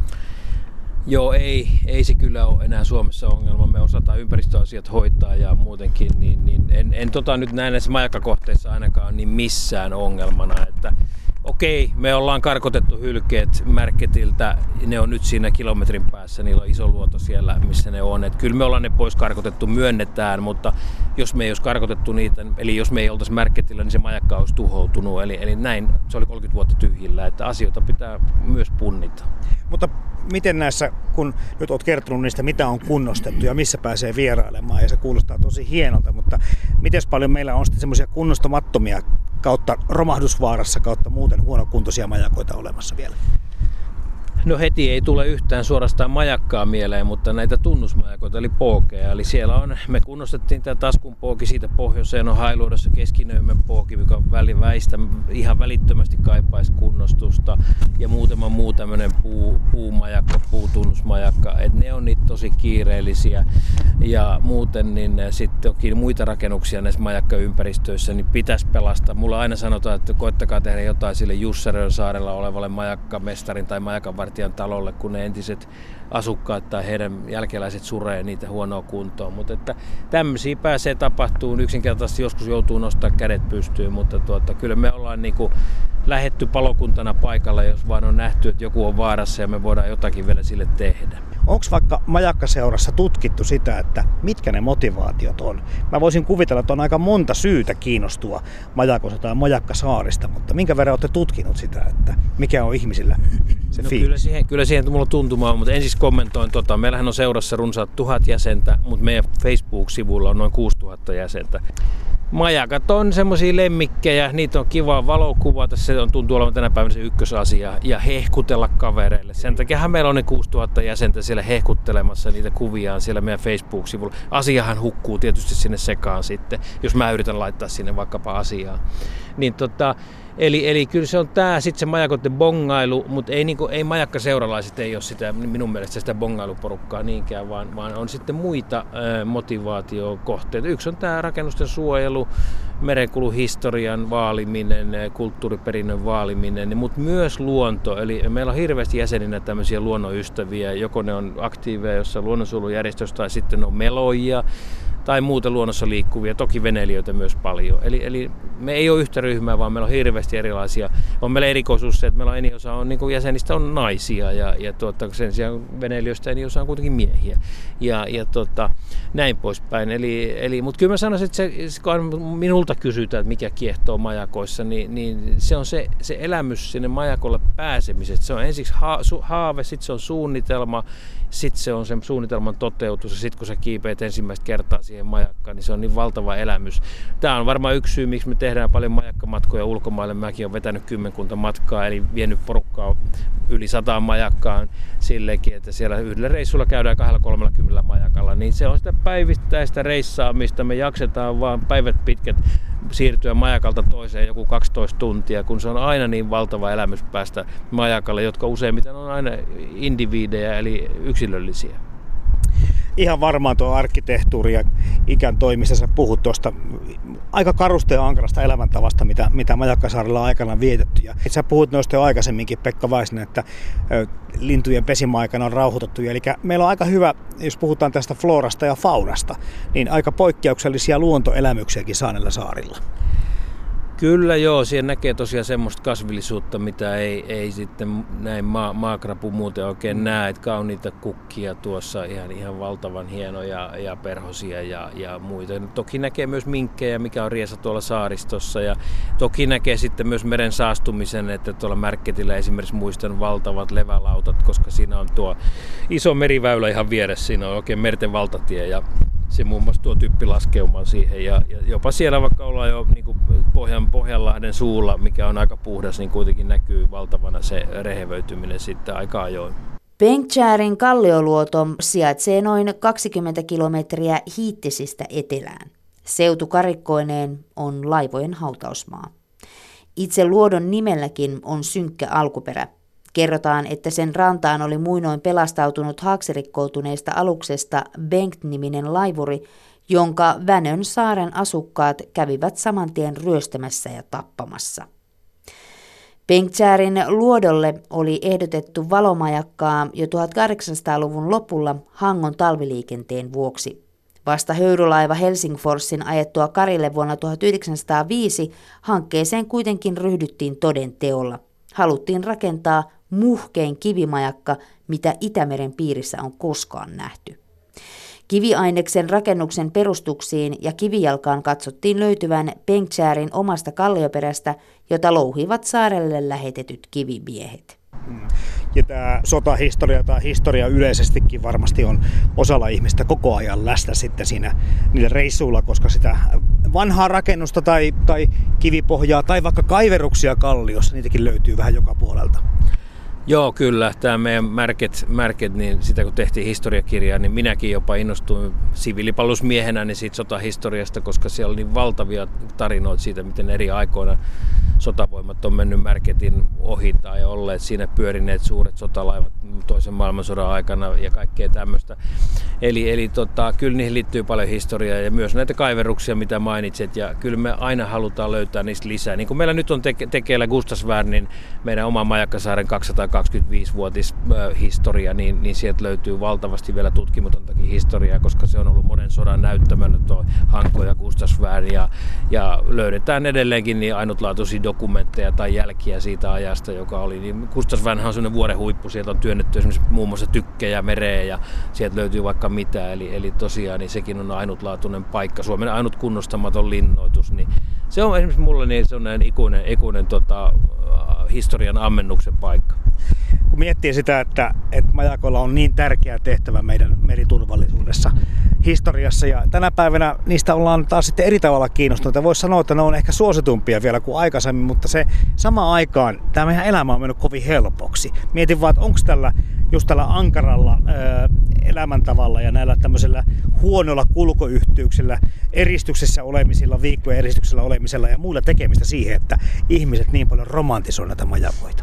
Joo, ei, ei se kyllä ole enää Suomessa ongelma. Me osataan ympäristöasiat hoitaa ja muutenkin, niin, niin en, en tota nyt näe näissä majakkakohteissa ainakaan niin missään ongelmana. Että okei, me ollaan karkotettu hylkeet Märketiltä, ne on nyt siinä kilometrin päässä, niillä on iso luoto siellä, missä ne on. Et kyllä me ollaan ne pois karkotettu, myönnetään, mutta jos me ei olisi karkotettu niitä, eli jos me ei oltaisi Märketillä, niin se majakka olisi tuhoutunut. Eli, eli näin, se oli kolmekymmentä vuotta tyhjillä, että asioita pitää myös punnita. Mutta miten näissä, kun nyt olet kertonut niistä, mitä on kunnostettu ja missä pääsee vierailemaan, ja se kuulostaa tosi hienolta, mutta miten paljon meillä on sitten semmoisia kunnostamattomia kautta romahdusvaarassa kautta muuten huonokuntoisia majakoita olemassa vielä? No heti ei tule yhtään suorastaan majakkaa mieleen, mutta näitä tunnusmajakoita eli pookeja. Eli siellä on, me kunnostettiin tämä Taskun pooki, siitä pohjoiseen on Hailuodossa Keskinöymen pooki, joka väliväistä ihan välittömästi kaipaisi kunnostusta. Ja muutama muu tämmöinen puu, puumajakka, puutunnusmajakka. Et ne on niitä tosi kiireellisiä. Ja muuten niin sitten onkin muita rakennuksia näissä majakkaympäristöissä, niin pitäisi pelastaa. Mulla aina sanotaan, että koittakaa tehdä jotain sille Jussarön saarella olevalle majakkamestarin tai majakanvartijan Vartijan talolle, kun ne entiset asukkaat tai heidän jälkeläiset suree niitä huonoa kuntoon. Mutta että tämmöisiä pääsee tapahtumaan. Yksinkertaisesti joskus joutuu nostaa kädet pystyyn, mutta tuota, kyllä me ollaan niinku lähetty palokuntana paikalla, jos vaan on nähty, että joku on vaarassa ja me voidaan jotakin vielä sille tehdä. Onko vaikka majakkaseurassa tutkittu sitä, että mitkä ne motivaatiot on? Mä voisin kuvitella, että on aika monta syytä kiinnostua majakosta tai majakkasaarista, mutta minkä verran olette tutkinut sitä, että mikä on ihmisillä se no fiilis? Kyllä siihen, kyllä siihen mulla tuntuma on, mutta ensin kommentoin, tota, meillähän on seurassa runsaat tuhat jäsentä, mutta meidän Facebook-sivulla on noin kuusituhatta jäsentä. Majakat on semmoisia lemmikkejä, niitä on kiva valokuvata, se on, tuntuu olevan tänä päivänä se ykkösasia, ja hehkutella kavereille. Sen takia meillä on ne kuusituhatta jäsentä siellä hehkuttelemassa niitä kuviaan siellä meidän Facebook-sivulla. Asiahan hukkuu tietysti sinne sekaan sitten, jos mä yritän laittaa sinne vaikkapa asiaa. Niin tota, Eli, eli kyllä se on tää, sitten se majakoiden bongailu, mutta ei, niinku, ei majakkaseuralaiset ei ole sitä, minun mielestä sitä bongailuporukkaa niinkään, vaan, vaan on sitten muita ää, motivaatiokohteita. Yksi on tämä rakennusten suojelu, merenkuluhistorian vaaliminen, kulttuuriperinnön vaaliminen, mutta myös luonto. Eli meillä on hirveästi jäseninä tämmöisiä luonnonystäviä, joko ne on aktiiveja jossain luonnonsuojelujärjestössä tai sitten on meloijia tai muuta luonnossa liikkuvia, toki veneilijöitä myös paljon. Eli, eli me ei ole yhtä ryhmää, vaan meillä on hirveästi erilaisia. On meillä erikoisuus se, että meillä on eni osa on, niin kuin jäsenistä on naisia ja, ja tuota, sen sijaan veneilijöistä eni osa on kuitenkin miehiä ja, ja tuota, näin poispäin. Eli, eli, mutta kyllä mä sanoisin, että se, kun minulta kysytään, että mikä kiehtoo majakoissa, niin, niin se on se, se elämys sinne majakolle pääsemisestä. Se on ensiksi ha, su, haave, sitten se on suunnitelma, sitten se on sen suunnitelman toteutus ja sitten kun sä kiipeät ensimmäistä kertaa siihen majakkaan, niin se on niin valtava elämys. Tämä on varmaan yksi syy, miksi me tehdään paljon majakkamatkoja ulkomaille. Mäkin olen vetänyt kymmenkunta matkaa, eli vienyt porukkaa yli sataan majakkaan sillekin, että siellä yhdellä reissulla käydään kahdella kolmellakymmenellä majakalla. Niin se on sitä päivittäistä reissaamista. Me jaksetaan vaan päivät pitkät siirtyä majakalta toiseen joku kaksitoista tuntia, kun se on aina niin valtava elämys päästä majakalle, jotka useimmiten on aina indiviidejä eli yksilöllisiä. Ihan varmaan tuo arkkitehtuuri ja ikään toimissa sä puhut tuosta aika karusta ja ankarasta elämäntavasta, mitä, mitä Majakkasaarella on aikana vietetty. Ja sä puhut noista jo aikaisemminkin, Pekka Vaisinen, että ö, lintujen pesimäaikana on rauhoitettu. Eli meillä on aika hyvä, jos puhutaan tästä florasta ja faunasta, niin aika poikkeuksellisia luontoelämyksiäkin Saanella saarilla. Kyllä joo, siellä näkee tosiaan semmoista kasvillisuutta, mitä ei, ei sitten näin maa, maakrapu muuten oikein näe. Että kauniita kukkia tuossa, ihan, ihan valtavan hienoja ja perhosia ja, ja muita. Toki näkee myös minkkejä, mikä on riesa tuolla saaristossa. Ja toki näkee sitten myös meren saastumisen, että tuolla Märketillä esimerkiksi muistan valtavat levälautat, koska siinä on tuo iso meriväylä ihan vieressä. Siinä on oikein merten valtatie ja se muun muassa tuo typpilaskeuma siihen ja, ja jopa siellä vaikka ollaan jo niin kuin Pohjan, Pohjanlahden suulla, mikä on aika puhdas, niin kuitenkin näkyy valtavana se rehevöityminen sitten aika ajoin. Pengtjärin kallioluoto sijaitsee noin kaksikymmentä kilometriä Hiittisistä etelään. Seutu karikkoineen on laivojen hautausmaa. Itse luodon nimelläkin on synkkä alkuperä. Kerrotaan, että sen rantaan oli muinoin pelastautunut haaksirikkoutuneesta aluksesta Bengt-niminen laivuri, jonka Vänön saaren asukkaat kävivät samantien ryöstämässä ja tappamassa. Pengtjärin luodolle oli ehdotettu valomajakkaa jo tuhatkahdeksansataaluvun lopulla Hangon talviliikenteen vuoksi. Vasta höyrylaiva Helsingforsin ajettua Karille vuonna tuhatyhdeksänsataaviisi hankkeeseen kuitenkin ryhdyttiin toden teolla. Haluttiin rakentaa muhkein kivimajakka, mitä Itämeren piirissä on koskaan nähty. Kiviaineksen rakennuksen perustuksiin ja kivijalkaan katsottiin löytyvän Pengtjärin omasta kallioperästä, jota louhivat saarelle lähetetyt kivimiehet. Ja tämä sotahistoria tai historia yleisestikin varmasti on osalla ihmistä koko ajan läsnä sitten siinä niillä reissuilla, koska sitä vanhaa rakennusta tai, tai kivipohjaa tai vaikka kaiveruksia kalliossa, niitäkin löytyy vähän joka puolelta. Joo, kyllä. Tämä meidän Märket, Märket, niin sitä kun tehtiin historiakirjaa, niin minäkin jopa innostuin siviilipalvelusmiehenä niin siitä sotahistoriasta, koska siellä oli niin valtavia tarinoita siitä, miten eri aikoina sotavoimat on mennyt Märketin ohi tai olleet siinä pyörineet suuret sotalaivat toisen maailmansodan aikana ja kaikkea tämmöistä. Eli, eli tota, kyllä niihin liittyy paljon historiaa ja myös näitä kaiveruksia, mitä mainitset, ja kyllä me aina halutaan löytää niistä lisää. Niin kuin meillä nyt on teke- tekeillä Gustavsvärnin, meidän oma Majakkasaaren kaksisataakaksikymmentä kaksikymmentäviisivuotishistoria, niin, niin sieltä löytyy valtavasti vielä tutkimatontakin historiaa, koska se on ollut monen sodan näyttämänä tuo Hanko ja Gustafsvärn, ja, ja löydetään edelleenkin niin ainutlaatuisia dokumentteja tai jälkiä siitä ajasta, joka oli. Niin Gustafsvärnhän on sellainen vuoren huippu, sieltä on työnnetty esimerkiksi muun muassa tykkejä mereen ja sieltä löytyy vaikka mitä, eli, eli tosiaan niin sekin on ainutlaatuinen paikka, Suomen ainut kunnostamaton linnoitus, niin se on esimerkiksi mulle niin sellainen ikuinen, ikuinen tota, historian ammennuksen paikka. Kun miettii sitä, että, että majakoilla on niin tärkeä tehtävä meidän meriturvallisuudessa, historiassa, ja tänä päivänä niistä ollaan taas sitten eri tavalla kiinnostuneita. Voisi sanoa, että ne on ehkä suositumpia vielä kuin aikaisemmin, mutta se samaan aikaan tämä meidän elämä on mennyt kovin helpoksi. Mietin vaan, että onko tällä just tällä ankaralla ää, elämäntavalla ja näillä tämmöisillä huonoilla kulkoyhteyksillä, eristyksessä olemisilla, viikkojen eristyksellä olemisella ja muilla tekemistä siihen, että ihmiset niin paljon romantisoivat näitä majakoita.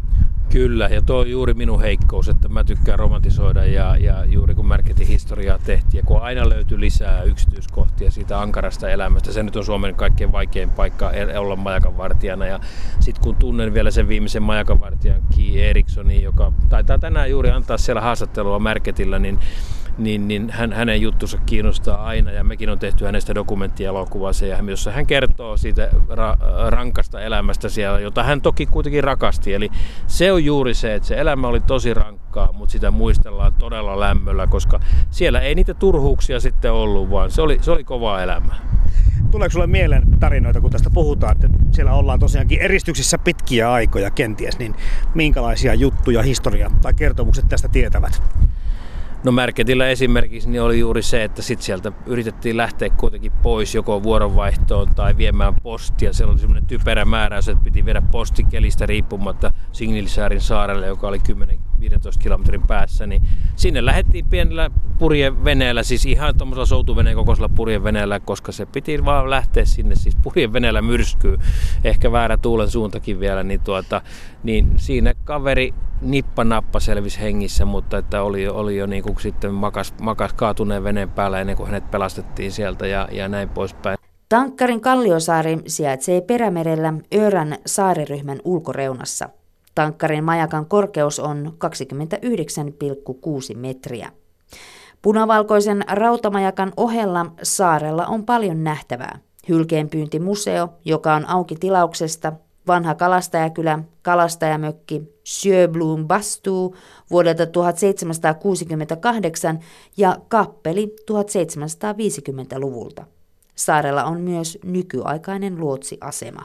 Kyllä, ja tuo on juuri minun heikkous, että mä tykkään romantisoida ja, ja juuri kun Märketin historiaa tehtiin, ja kun aina löytyy lisää yksityiskohtia siitä ankarasta elämästä, se nyt on Suomen kaikkein vaikein paikka olla majakanvartijana, ja sitten kun tunnen vielä sen viimeisen majakanvartijan Ki Erikssonin, joka taitaa tänään juuri antaa siellä haastattelua Märketillä, niin niin, niin hän, hänen juttunsa kiinnostaa aina, ja mekin on tehty hänestä dokumenttielokuvaa, jossa hän kertoo siitä ra, rankasta elämästä siellä, jota hän toki kuitenkin rakasti. Eli se on juuri se, että se elämä oli tosi rankkaa, mutta sitä muistellaan todella lämmöllä, koska siellä ei niitä turhuuksia sitten ollut, vaan se oli, se oli kovaa elämää. Tuleeko sulle mieleen tarinoita, kun tästä puhutaan, että siellä ollaan tosiaankin eristyksissä pitkiä aikoja kenties, niin minkälaisia juttuja, historia tai kertomukset tästä tietävät? No Märketillä esimerkiksi niin oli juuri se, että sit sieltä yritettiin lähteä kuitenkin pois joko vuoronvaihtoon tai viemään postia. Siellä oli semmoinen typerä määräys, että piti viedä posti kelistä riippumatta Signilsäärin saarelle, joka oli kymmenen viisitoista kilometrin päässä. Niin sinne lähdettiin pienellä purjeveneellä, siis ihan tuommoisella soutuveneen kokoisella purjeveneellä, koska se piti vaan lähteä sinne, siis purjeveneellä myrskyy, ehkä väärä tuulen suuntakin vielä, niin, tuota, niin siinä kaveri nippa-nappa selvisi hengissä, mutta että oli, oli jo niin kuin sitten makas, makas kaatuneen veneen päällä ennen kuin hänet pelastettiin sieltä ja, ja näin poispäin. Tankkarin Kalliosaari sijaitsee Perämerellä Örän saariryhmän ulkoreunassa. Tankkarin majakan korkeus on kaksikymmentäyhdeksän pilkku kuusi metriä. Punavalkoisen rautamajakan ohella saarella on paljon nähtävää. Hylkeenpyyntimuseo, joka on auki tilauksesta, vanha kalastajakylä, kalastajamökki, Sjöblom Bastu vuodelta tuhatseitsemänsataakuusikymmentäkahdeksan ja kappeli tuhatseitsemänsataaviisikymmentäluvulta. Saarella on myös nykyaikainen luotsiasema.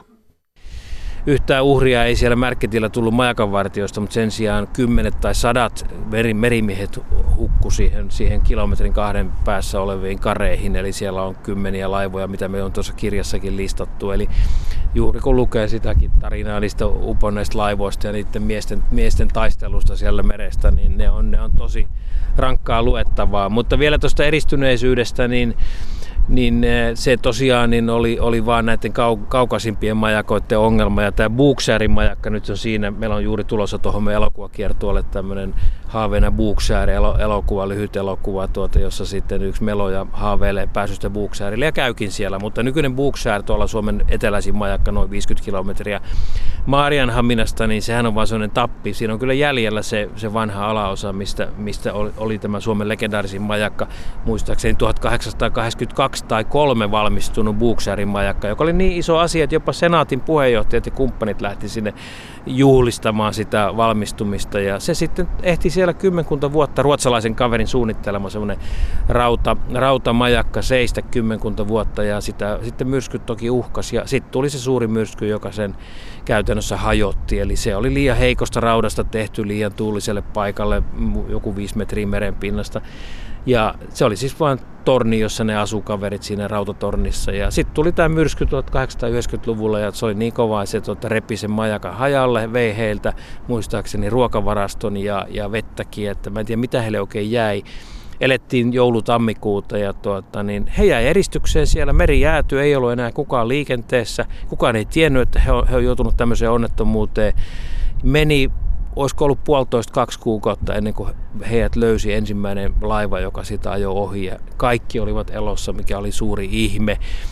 Yhtään uhria ei siellä Märketillä tullut majakanvartioista, mutta sen sijaan kymmenet tai sadat merimiehet hukku siihen, siihen kilometrin kahden päässä oleviin kareihin. Eli siellä on kymmeniä laivoja, mitä me on tuossa kirjassakin listattu. Eli juuri kun lukee sitäkin tarinaa niistä uponneista laivoista ja niiden miesten, miesten taistelusta siellä merestä, niin ne on, ne on tosi rankkaa luettavaa. Mutta vielä tuosta eristyneisyydestä, niin niin se tosiaan niin oli, oli vaan näiden kau, kaukaisimpien majakoiden ongelma. Ja tämä Buksärin majakka nyt on siinä. Meillä on juuri tulossa tuohon meidän elokuvakiertueelle tämmöinen haaveena Buksäri elokuva, lyhyt elokuva, tuota, jossa sitten yksi meloja haaveilee pääsystä Buksärille ja käykin siellä. Mutta nykyinen Buksär tuolla Suomen eteläisin majakka noin viisikymmentä kilometriä Maarianhaminasta, niin sehän on vaan sellainen tappi. Siinä on kyllä jäljellä se, se vanha alaosa, mistä, mistä oli, oli tämä Suomen legendaarisin majakka. Muistaakseni tuhatkahdeksansataakahdeksankymmentäkaksi tai kolme valmistunut Buksärin majakka, joka oli niin iso asia, että jopa senaatin puheenjohtajat ja kumppanit lähti sinne juhlistamaan sitä valmistumista. Ja se sitten ehti siellä kymmenkunta vuotta ruotsalaisen kaverin suunnittelema semmoinen rauta, rautamajakka seistä kymmenkunta vuotta ja sitä sitten myrskyt toki uhkas. Ja sitten tuli se suuri myrsky, joka sen käytännössä hajotti. Eli se oli liian heikosta raudasta tehty liian tuuliselle paikalle, joku viisi metriä merenpinnasta. Ja se oli siis vain torni, jossa ne asukaverit siinä rautatornissa. Ja sitten tuli tämä myrsky tuhatkahdeksansataayhdeksänkymmentäluvulla ja se oli niin kova, että se tuota, repi sen majakan hajalle, vei heiltä muistaakseni ruokavaraston ja, ja vettäkin, että mä en tiedä mitä heille oikein jäi. Elettiin joulu-tammikuuta ja tuota, niin he jäi eristykseen siellä, meri jäätyi, ei ollut enää kukaan liikenteessä. Kukaan ei tiennyt, että he on, he on joutunut tämmöiseen onnettomuuteen. Meni, olisiko ollut puolitoista kaksi kuukautta ennen kuin heidät löysi ensimmäinen laiva, joka sitä ajoi ohi. Ja kaikki olivat elossa, mikä oli suuri ihme.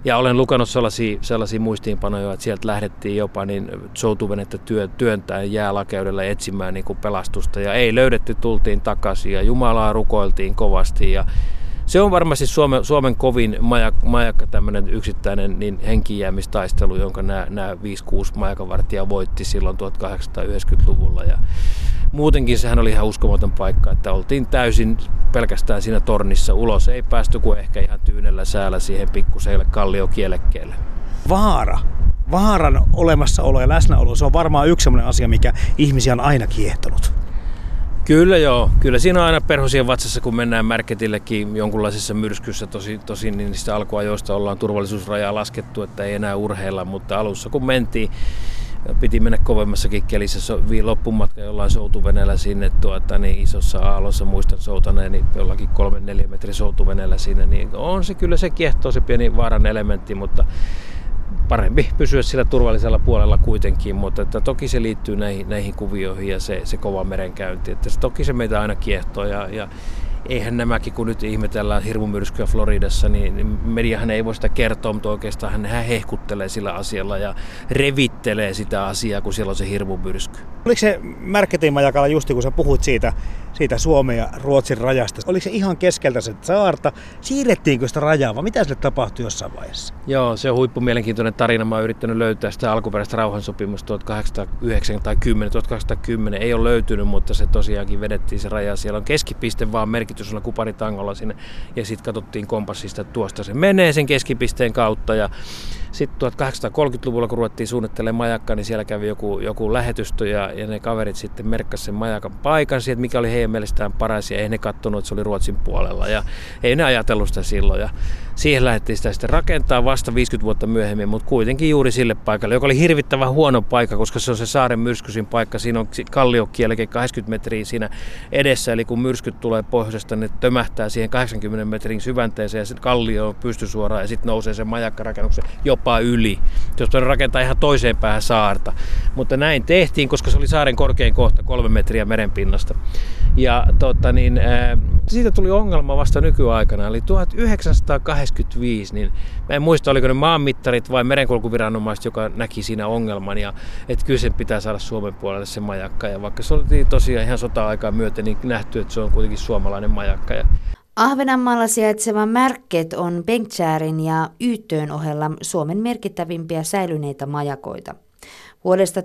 Ja olen lukenut sellaisia, sellaisia muistiinpanoja, että sieltä lähdettiin jopa niin soutuvenettä työ, työntäen jäälakeudella etsimään niin kuin pelastusta. Ja ei löydetty, tultiin takaisin ja Jumalaa rukoiltiin kovasti. Ja se on varmasti Suomen, Suomen kovin majak, majakka, tämmöinen yksittäinen niin henkijäämistaistelu, jonka nämä, nämä viisi kuusi majakanvartijaa voitti silloin tuhatyhdeksänsataayhdeksänkymmentäluvulla. Ja muutenkin sehän oli ihan uskomaton paikka, että oltiin täysin pelkästään siinä tornissa. Ulos ei päästy kuin ehkä ihan tyynellä säällä siihen pikkuseille kalliokielekkeelle. Vaara. Vaaran olemassaolo ja läsnäolo, se on varmaan yksi sellainen asia, mikä ihmisiä on aina kiehtonut. Kyllä joo. Kyllä siinä on aina perhosien vatsassa, kun mennään Märketillekin jonkunlaisessa myrskyssä. Tosin, tosin niin niistä alkuajoista ollaan turvallisuusrajaa laskettu, että ei enää urheilla, mutta alussa kun mentiin, piti mennä kovemmassakin kelissä loppumatka jollain soutuveneellä sinne tuota, niin isossa aallossa, muistan soutaneeni jollakin kolme neljä metrin soutuveneellä sinne, niin on se kyllä se kiehtoo se pieni vaaran elementti, mutta parempi pysyä sillä turvallisella puolella kuitenkin, mutta että toki se liittyy näihin, näihin kuvioihin ja se, se kova merenkäynti, että se, toki se meitä aina kiehtoo ja, ja eihän nämäkin, kun nyt ihmetellään hirmumyrskyä Floridassa, niin mediahan ei voi sitä kertoa, mutta oikeastaan hän hehkuttelee sillä asialla ja revittelee sitä asiaa, kun siellä on se hirmumyrsky. Oliko se Märketin majakalla justi, kun sä puhuit siitä, siitä Suomen ja Ruotsin rajasta, oliko se ihan keskeltä se saarta? Siirrettiinkö sitä rajaa vai mitä sille tapahtui jossain vaiheessa? Joo, se on huippumielenkiintoinen tarina. Mä oon yrittänyt löytää sitä alkuperäistä rauhansopimusta tuhatkahdeksansataayhdeksänkymmentä tai tuhatkahdeksansataakymmenen. Ei ole löytynyt, mutta se tosiaankin vedettiin se raja. Siellä on keskipiste vaan merkitys on kuparitangolla sinne ja sitten katsottiin kompassista, että tuosta se menee sen keskipisteen kautta. Ja sitten tuhatkahdeksansataakolmekymmentäluvulla, kun ruvettiin suunnittelemaan majakkaa, niin siellä kävi joku, joku lähetystö ja, ja ne kaverit sitten merkkasivat sen majakan paikan siihen, mikä oli heidän mielestään paras ja ei ne katsonut, että se oli Ruotsin puolella ja ei ne ajatellut sitä silloin. Ja siihen lähdettiin sitä sitten rakentaa vasta viisikymmentä vuotta myöhemmin, mutta kuitenkin juuri sille paikalle, joka oli hirvittävän huono paikka, koska se on se saaren myrskyisin paikka. Siinä on kalliokieleke kahdeksankymmentä metriä siinä edessä, eli kun myrskyt tulee pohjoisesta, ne tömähtää siihen kahdeksankymmenen metrin syvänteeseen ja sitten kallio on pystysuoraan ja sitten nousee sen majakkarakennuksen jopa yli. Jos on rakentaa ihan toiseen päähän saarta. Mutta näin tehtiin, koska se oli saaren korkein kohta, kolme metriä merenpinnasta. Ja tota, niin, ää, siitä tuli ongelma vasta nykyaikana, eli tuhatyhdeksänsataakahdeksankymmentäviisi, niin mä en muista, oliko ne maanmittarit vai merenkulkuviranomaiset, joka näki siinä ongelman, ja että kyllä sen pitää saada Suomen puolelle se majakka, ja vaikka se oli tosiaan ihan sota-aikaa myöten, niin nähty, että se on kuitenkin suomalainen majakka. Ahvenanmaalla sijaitseva Märket on Bengtskärin ja Ytön ohella Suomen merkittävimpiä säilyneitä majakoita. Vuodesta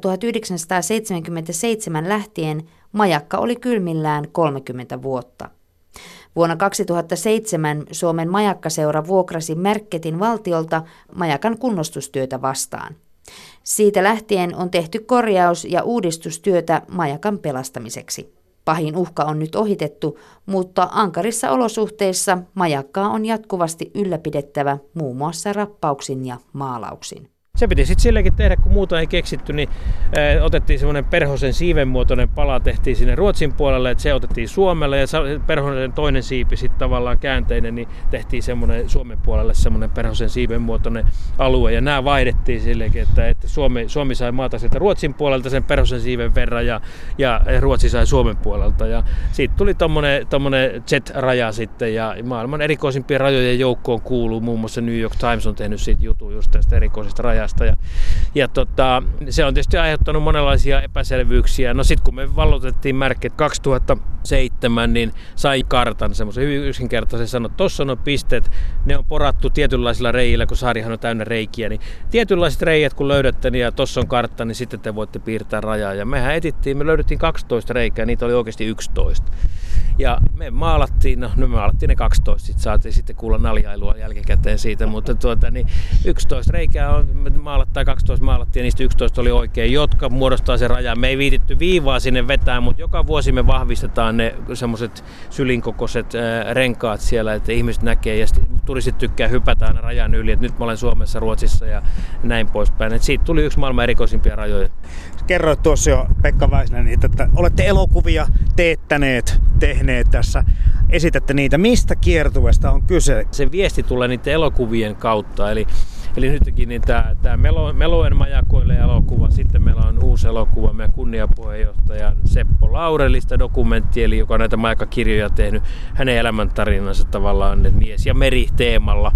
tuhatyhdeksänsataaseitsemänkymmentäseitsemän lähtien majakka oli kylmillään kolmekymmentä vuotta. Vuonna kaksituhattaseitsemän Suomen majakkaseura vuokrasi Märketin valtiolta majakan kunnostustyötä vastaan. Siitä lähtien on tehty korjaus- ja uudistustyötä majakan pelastamiseksi. Pahin uhka on nyt ohitettu, mutta ankarissa olosuhteissa majakkaa on jatkuvasti ylläpidettävä muun muassa rappauksin ja maalauksin. Se piti sitten sillekin tehdä, kun muuta ei keksitty, niin ää, otettiin semmoinen perhosen siiven muotoinen pala, tehtiin sinne Ruotsin puolelle, että se otettiin Suomelle ja perhosen toinen siipi sitten tavallaan käänteinen, niin tehtiin semmoinen Suomen puolelle semmoinen perhosen siiven muotoinen alue ja nämä vaihdettiin sillekin, että, että Suomi, Suomi sai maata sieltä Ruotsin puolelta sen perhosen siiven verran ja, ja Ruotsi sai Suomen puolelta ja siitä tuli tommonen, tommonen jet-raja sitten ja maailman erikoisimpien rajojen joukkoon kuuluu, muun muassa New York Times on tehnyt siitä jutun just tästä erikoisesta rajasta. Ja, ja tota, se on tietysti aiheuttanut monenlaisia epäselvyyksiä. No sitten kun me valloitettiin Märket kaksituhattaseitsemän, niin sai kartan, semmoisen hyvin yksinkertaisen sanon, että tuossa on nuo pisteet, ne on porattu tietynlaisilla reijillä, kun saarihan on täynnä reikiä, niin tietynlaiset reijät kun löydätte ja tuossa on kartta, niin sitten te voitte piirtää rajaa. Ja mehän etittiin, me löydettiin kaksitoista reikää, niitä oli oikeasti yksitoista. Ja me maalattiin, no, no me maalattiin ne kaksitoista, sitten saatiin sitten kuulla naljailua jälkikäteen siitä, mutta tuota, niin yksitoista reikää on maalattaa, kaksitoista maalattiin ja niistä yksitoista oli oikein, jotka muodostaa sen rajan. Me ei viititty viivaa sinne vetää, mutta joka vuosi me vahvistetaan ne semmoiset sylinkokoiset ää, renkaat siellä, että ihmiset näkee ja turistit tykkää hypätä aina rajan yli, että nyt mä olen Suomessa, Ruotsissa ja näin poispäin. Et siitä tuli yksi maailman erikoisimpia rajoja. Kerroit tuossa jo, Pekka Väisänen, että olette elokuvia teettäneet, tehneet tässä, esitätte niitä. Mistä kiertueesta on kyse? Se viesti tulee niiden elokuvien kautta, eli Eli nytkin niin tämä, tämä Melo, Meloen majakoille elokuva, sitten meillä on uusi elokuva, meidän kunniapuheenjohtaja Seppo Laurelista dokumentti, eli joka on näitä majakkakirjoja tehnyt, hänen elämäntarinansa tavallaan mies- ja meri-teemalla.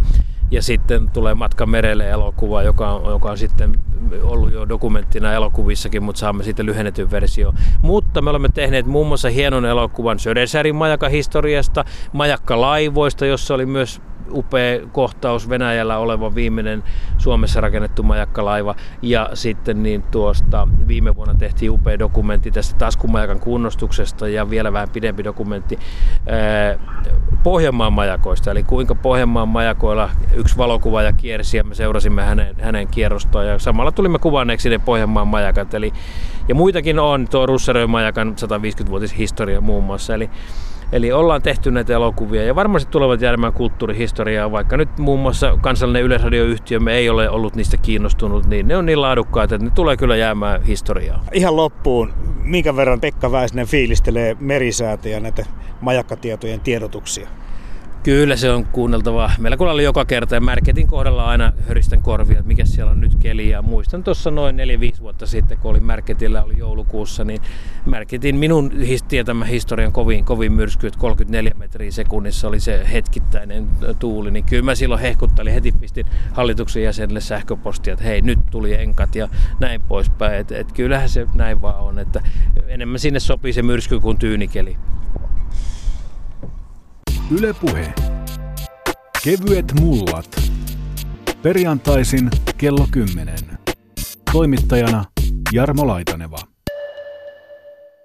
Ja sitten tulee Matka merelle -elokuva, joka on, joka on sitten ollut jo dokumenttina elokuvissakin, mutta saamme siitä lyhennetyn versio. Mutta me olemme tehneet muun muassa hienon elokuvan Södersärin majakan historiasta, majakkalaivoista, jossa oli myös upea kohtaus, Venäjällä oleva viimeinen Suomessa rakennettu majakkalaiva. Ja sitten niin tuosta viime vuonna tehtiin upea dokumentti tästä taskumajakan kunnostuksesta ja vielä vähän pidempi dokumentti ää, Pohjanmaan majakoista. Eli kuinka Pohjanmaan majakoilla yksi valokuvaaja kiersi ja me seurasimme hänen, hänen kierrostaan ja samalla tulimme kuvanneeksi ne Pohjanmaan majakat. Eli, ja muitakin on tuo Russeröön majakan sataviisikymmenvuotishistoria muun muassa. Eli Eli ollaan tehty näitä elokuvia ja varmasti tulevat jäämään kulttuurihistoriaa, vaikka nyt muun muassa kansallinen yleisradioyhtiömme ei ole ollut niistä kiinnostunut, niin ne on niin laadukkaita, että ne tulee kyllä jäämään historiaa. Ihan loppuun, minkä verran Pekka Väisänen fiilistelee merisäätä ja näitä majakkatietojen tiedotuksia? Kyllä se on kuunneltavaa. Meillä kun oli joka kerta ja Märketin kohdalla aina höristän korvia, että mikä siellä on nyt keli. Ja muistan tuossa noin neljä viisi vuotta sitten, kun oli Märketillä, oli joulukuussa, niin Märketin minun tietämä historian kovin, kovin myrsky, että kolmekymmentäneljä metriä sekunnissa oli se hetkittäinen tuuli. Niin kyllä mä silloin hehkuttelin, heti pistin hallituksen jäsenille sähköpostia, että hei, nyt tuli enkat ja näin poispäin. Että et kyllähän se näin vaan on, että enemmän sinne sopii se myrsky kuin tyynikeli. Yle Puhe. Kevyet mullat. Perjantaisin kello kymmenen. Toimittajana Jarmo Laitaneva.